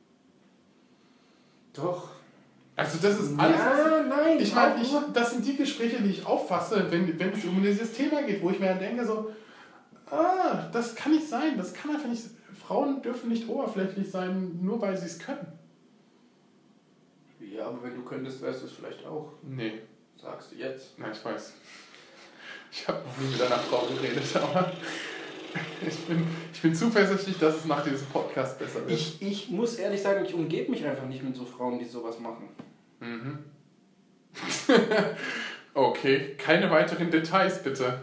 Doch. Also das ist alles, nein. Ich meine, das sind die Gespräche, die ich auffasse, wenn es um dieses Thema geht, wo ich mir dann denke so, das kann nicht sein, das kann einfach nicht. Frauen dürfen nicht oberflächlich sein, nur weil sie es können. Ja, aber wenn du könntest, wärst du es vielleicht auch. Nee. Sagst du jetzt? Nein, ich weiß. Ich habe noch nie mit einer Frau geredet, aber ich bin zuversichtlich, dass es nach diesem Podcast besser wird. Ich muss ehrlich sagen, ich umgebe mich einfach nicht mit so Frauen, die sowas machen. Mhm. Okay, keine weiteren Details bitte.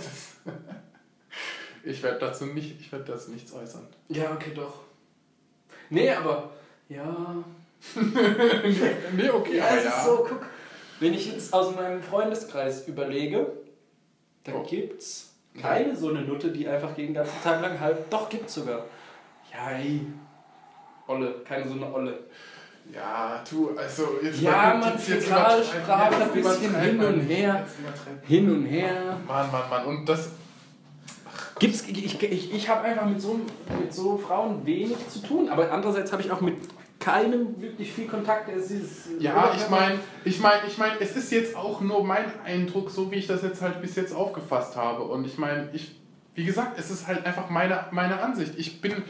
Ich werde dazu nichts äußern. Ja, okay, doch. Nee, aber ja. nee, okay, ja, aber es ja. ist so, guck, wenn ich jetzt aus meinem Freundeskreis überlege, dann gibt's keine so eine Nutte, die einfach den ganzen Tag lang halt. Doch, gibt's sogar. Ja, ey. Olle, keine so eine Olle. Ja, du, also jetzt. Ja, man, Fäkalsprache ein bisschen hin und her. Hin und her. Mann. Und das. Gibt's, ich habe einfach mit so Frauen wenig zu tun, aber andererseits habe ich auch mit keinem wirklich viel Kontakt. Ja, ich meine, es ist jetzt auch nur mein Eindruck, so wie ich das jetzt halt bis jetzt aufgefasst habe. Und ich meine, wie gesagt, es ist halt einfach meine Ansicht. Ich bin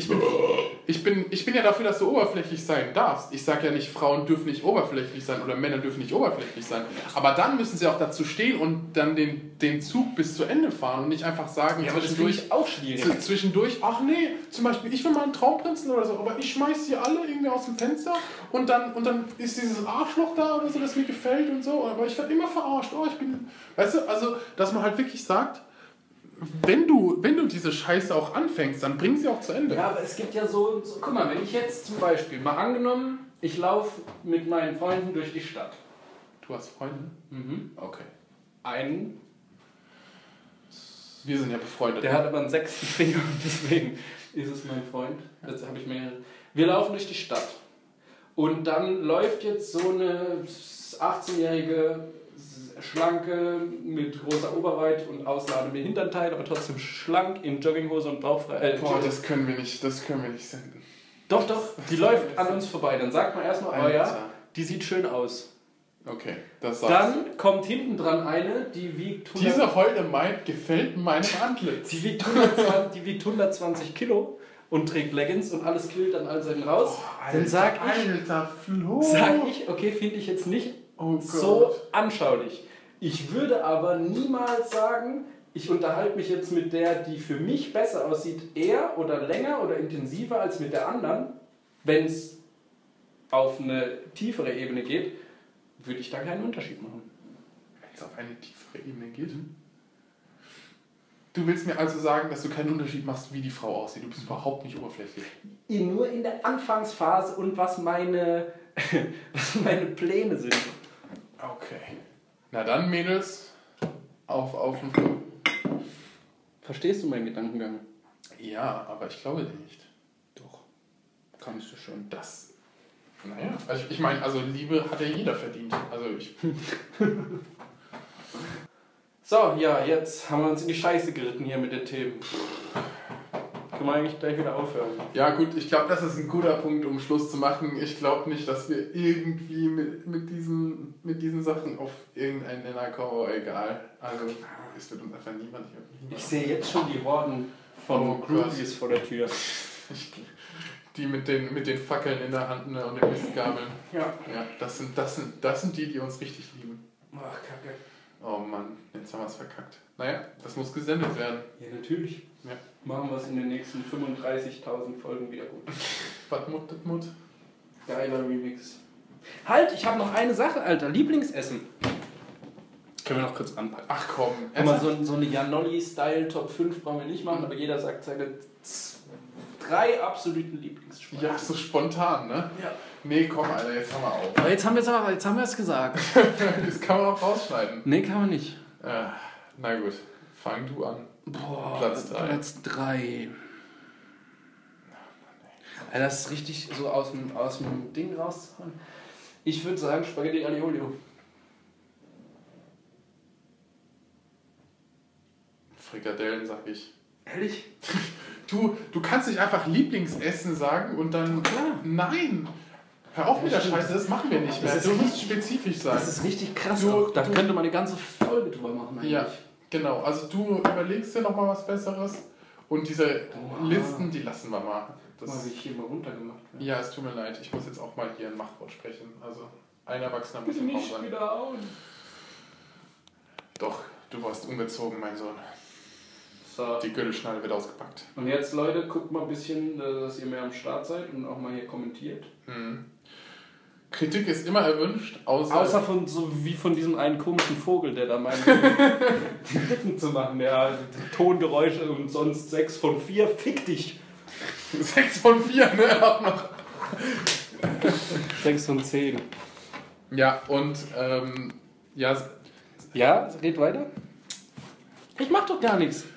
ja dafür, dass du oberflächlich sein darfst. Ich sage ja nicht, Frauen dürfen nicht oberflächlich sein oder Männer dürfen nicht oberflächlich sein. Aber dann müssen sie auch dazu stehen und dann den Zug bis zu Ende fahren und nicht einfach sagen, ja, zwischendurch auch schwierig. Zwischendurch, ach nee, zum Beispiel, ich will mal einen Traumprinzen oder so, aber ich schmeiß die alle irgendwie aus dem Fenster und dann ist dieses Arschloch da oder so, das mir gefällt und so, aber ich werde immer verarscht. Weißt du, also, dass man halt wirklich sagt, wenn du diese Scheiße auch anfängst, dann bring sie auch zu Ende. Ja, aber es gibt ja so, guck mal, wenn ich jetzt zum Beispiel, mal angenommen, ich laufe mit meinen Freunden durch die Stadt. Du hast Freunde? Mhm. Okay. Einen. Wir sind ja befreundet. Der hat aber einen 6. Finger, deswegen ist es mein Freund. Jetzt habe ich mehrere. Wir laufen durch die Stadt. Und dann läuft jetzt so eine 18-jährige schlanke, mit großer Oberweite und ausladendem Hinternteil, aber trotzdem schlank, in Jogginghose und bauchfrei. Das können wir nicht senden. Doch, die läuft an uns vorbei. Dann sagt man erstmal, oh ja, die sieht schön aus. Okay, das sagst Dann kommt hinten dran eine, die wiegt... Diese Holde Maid gefällt meinem Antlitz. Die wiegt 120 Kilo und trägt Leggings und alles quillt dann all seinen raus. Alter, dann sag ich, okay, finde ich jetzt nicht so anschaulich. Ich würde aber niemals sagen, ich unterhalte mich jetzt mit der, die für mich besser aussieht, eher oder länger oder intensiver als mit der anderen. Wenn es auf eine tiefere Ebene geht, würde ich da keinen Unterschied machen. Wenn es auf eine tiefere Ebene geht? Du willst mir also sagen, dass du keinen Unterschied machst, wie die Frau aussieht. Du bist überhaupt nicht oberflächlich. Nur in der Anfangsphase und was meine Pläne sind. Okay. Na dann, Mädels, auf den Flur. Verstehst du meinen Gedankengang? Ja, aber ich glaube dir nicht. Doch. Kannst du schon. Naja, also ich meine, also Liebe hat ja jeder verdient. Also So, ja, jetzt haben wir uns in die Scheiße geritten hier mit den Themen. Können wir eigentlich gleich wieder aufhören? Ja gut, ich glaube, das ist ein guter Punkt, um Schluss zu machen. Ich glaube nicht, dass wir irgendwie mit diesen Sachen auf irgendeinen Nenner kommen, aber egal. Also es wird uns einfach niemand hören. Ich sehe jetzt schon die Horden von Groupies vor der Tür. Die mit den Fackeln in der Hand und den Mistgabeln. Ja. Ja, das sind die uns richtig lieben. Ach, Kacke. Oh Mann, jetzt haben wir es verkackt. Naja, das muss gesendet werden. Ja, natürlich. Ja. Machen wir es in den nächsten 35.000 Folgen wieder gut. Was Mut? Geiler Remix. Halt, ich habe noch eine Sache, Alter. Lieblingsessen. können wir noch kurz anpacken. Ach komm. Guck mal, so eine Janolli-Style Top 5 brauchen wir nicht machen, aber jeder sagt seine 3 absoluten Lieblingsschweine. Ja, so spontan, ne? Ja. Nee, komm, Alter, jetzt haben wir auf. Aber jetzt haben wir es gesagt. Das kann man auch rausschneiden. Nee, kann man nicht. Na gut, fang du an. Boah, Platz 3. Platz 3. Alter, das ist richtig so aus dem Ding rauszuhauen. Ich würde sagen Spaghetti Aglio Olio. Frikadellen, sag ich. Ehrlich? Du kannst nicht einfach Lieblingsessen sagen und dann... Klar. Nein! Hör auf mit der stimmt. Scheiße, das machen wir nicht mehr. Du musst spezifisch sein. Das ist richtig krass. Du- Da du- könnte man eine ganze Folge drüber machen eigentlich. Ja, genau. Also du überlegst dir nochmal was Besseres und diese Listen, die lassen wir mal. Guck mal, wie ich hier mal runtergemacht werde. Ja, es tut mir leid. Ich muss jetzt auch mal hier ein Machtwort sprechen. Also ein Erwachsener muss im Raum Nicht sein. wieder auf. Doch, du warst ungezogen, mein Sohn. So. Die Gürtelschnalle wird ausgepackt. Und jetzt, Leute, guckt mal ein bisschen, dass ihr mehr am Start seid und auch mal hier kommentiert. Kritik ist immer erwünscht, Außer von so wie von diesem einen komischen Vogel, der da meint, die Rippen zu machen. Der Tongeräusche und sonst 6 von 4. Fick dich! 6 von 4, ne? Auch noch. 6 von 10. Ja, und ja, Ja, red weiter. Ich mach doch gar nichts.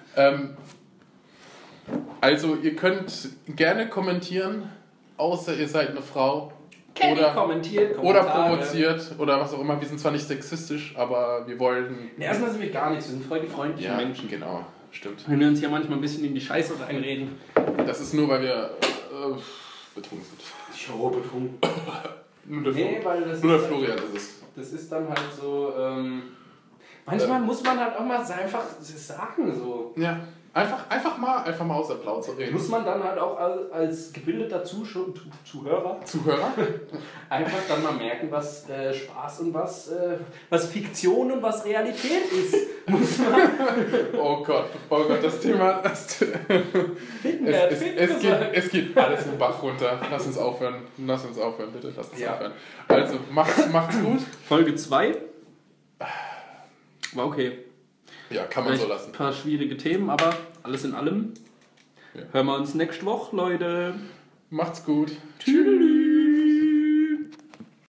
also ihr könnt gerne kommentieren, außer ihr seid eine Frau. Kommentiert, Oder Kommentare. provoziert oder was auch immer. Wir sind zwar nicht sexistisch, aber wir wollen... Nee, erstmal sind wir gar nichts, wir sind voll die freundlichen Menschen. genau, stimmt. Wenn wir uns hier manchmal ein bisschen in die Scheiße reinreden. Das ist nur, weil wir betrunken sind. Jo, betrunken. Nur der, Nee, weil das nur der ist Florian ist es. Das ist dann halt so, manchmal muss man halt auch mal einfach sagen, so. Ja, einfach mal aus der Plauze reden. Muss man dann halt auch als gebildeter Zuhörer Zuhörer? einfach dann mal merken, was Spaß und was Fiktion und was Realität ist. Oh Gott, das Thema... Es geht alles im Bach runter. Lass uns aufhören, bitte. Lass uns aufhören. Also, macht's gut. Folge 2. War okay. Ja, kann man so lassen. Ein paar schwierige Themen, aber alles in allem. Ja. Hören wir uns nächste Woche, Leute. Macht's gut. Tschüss.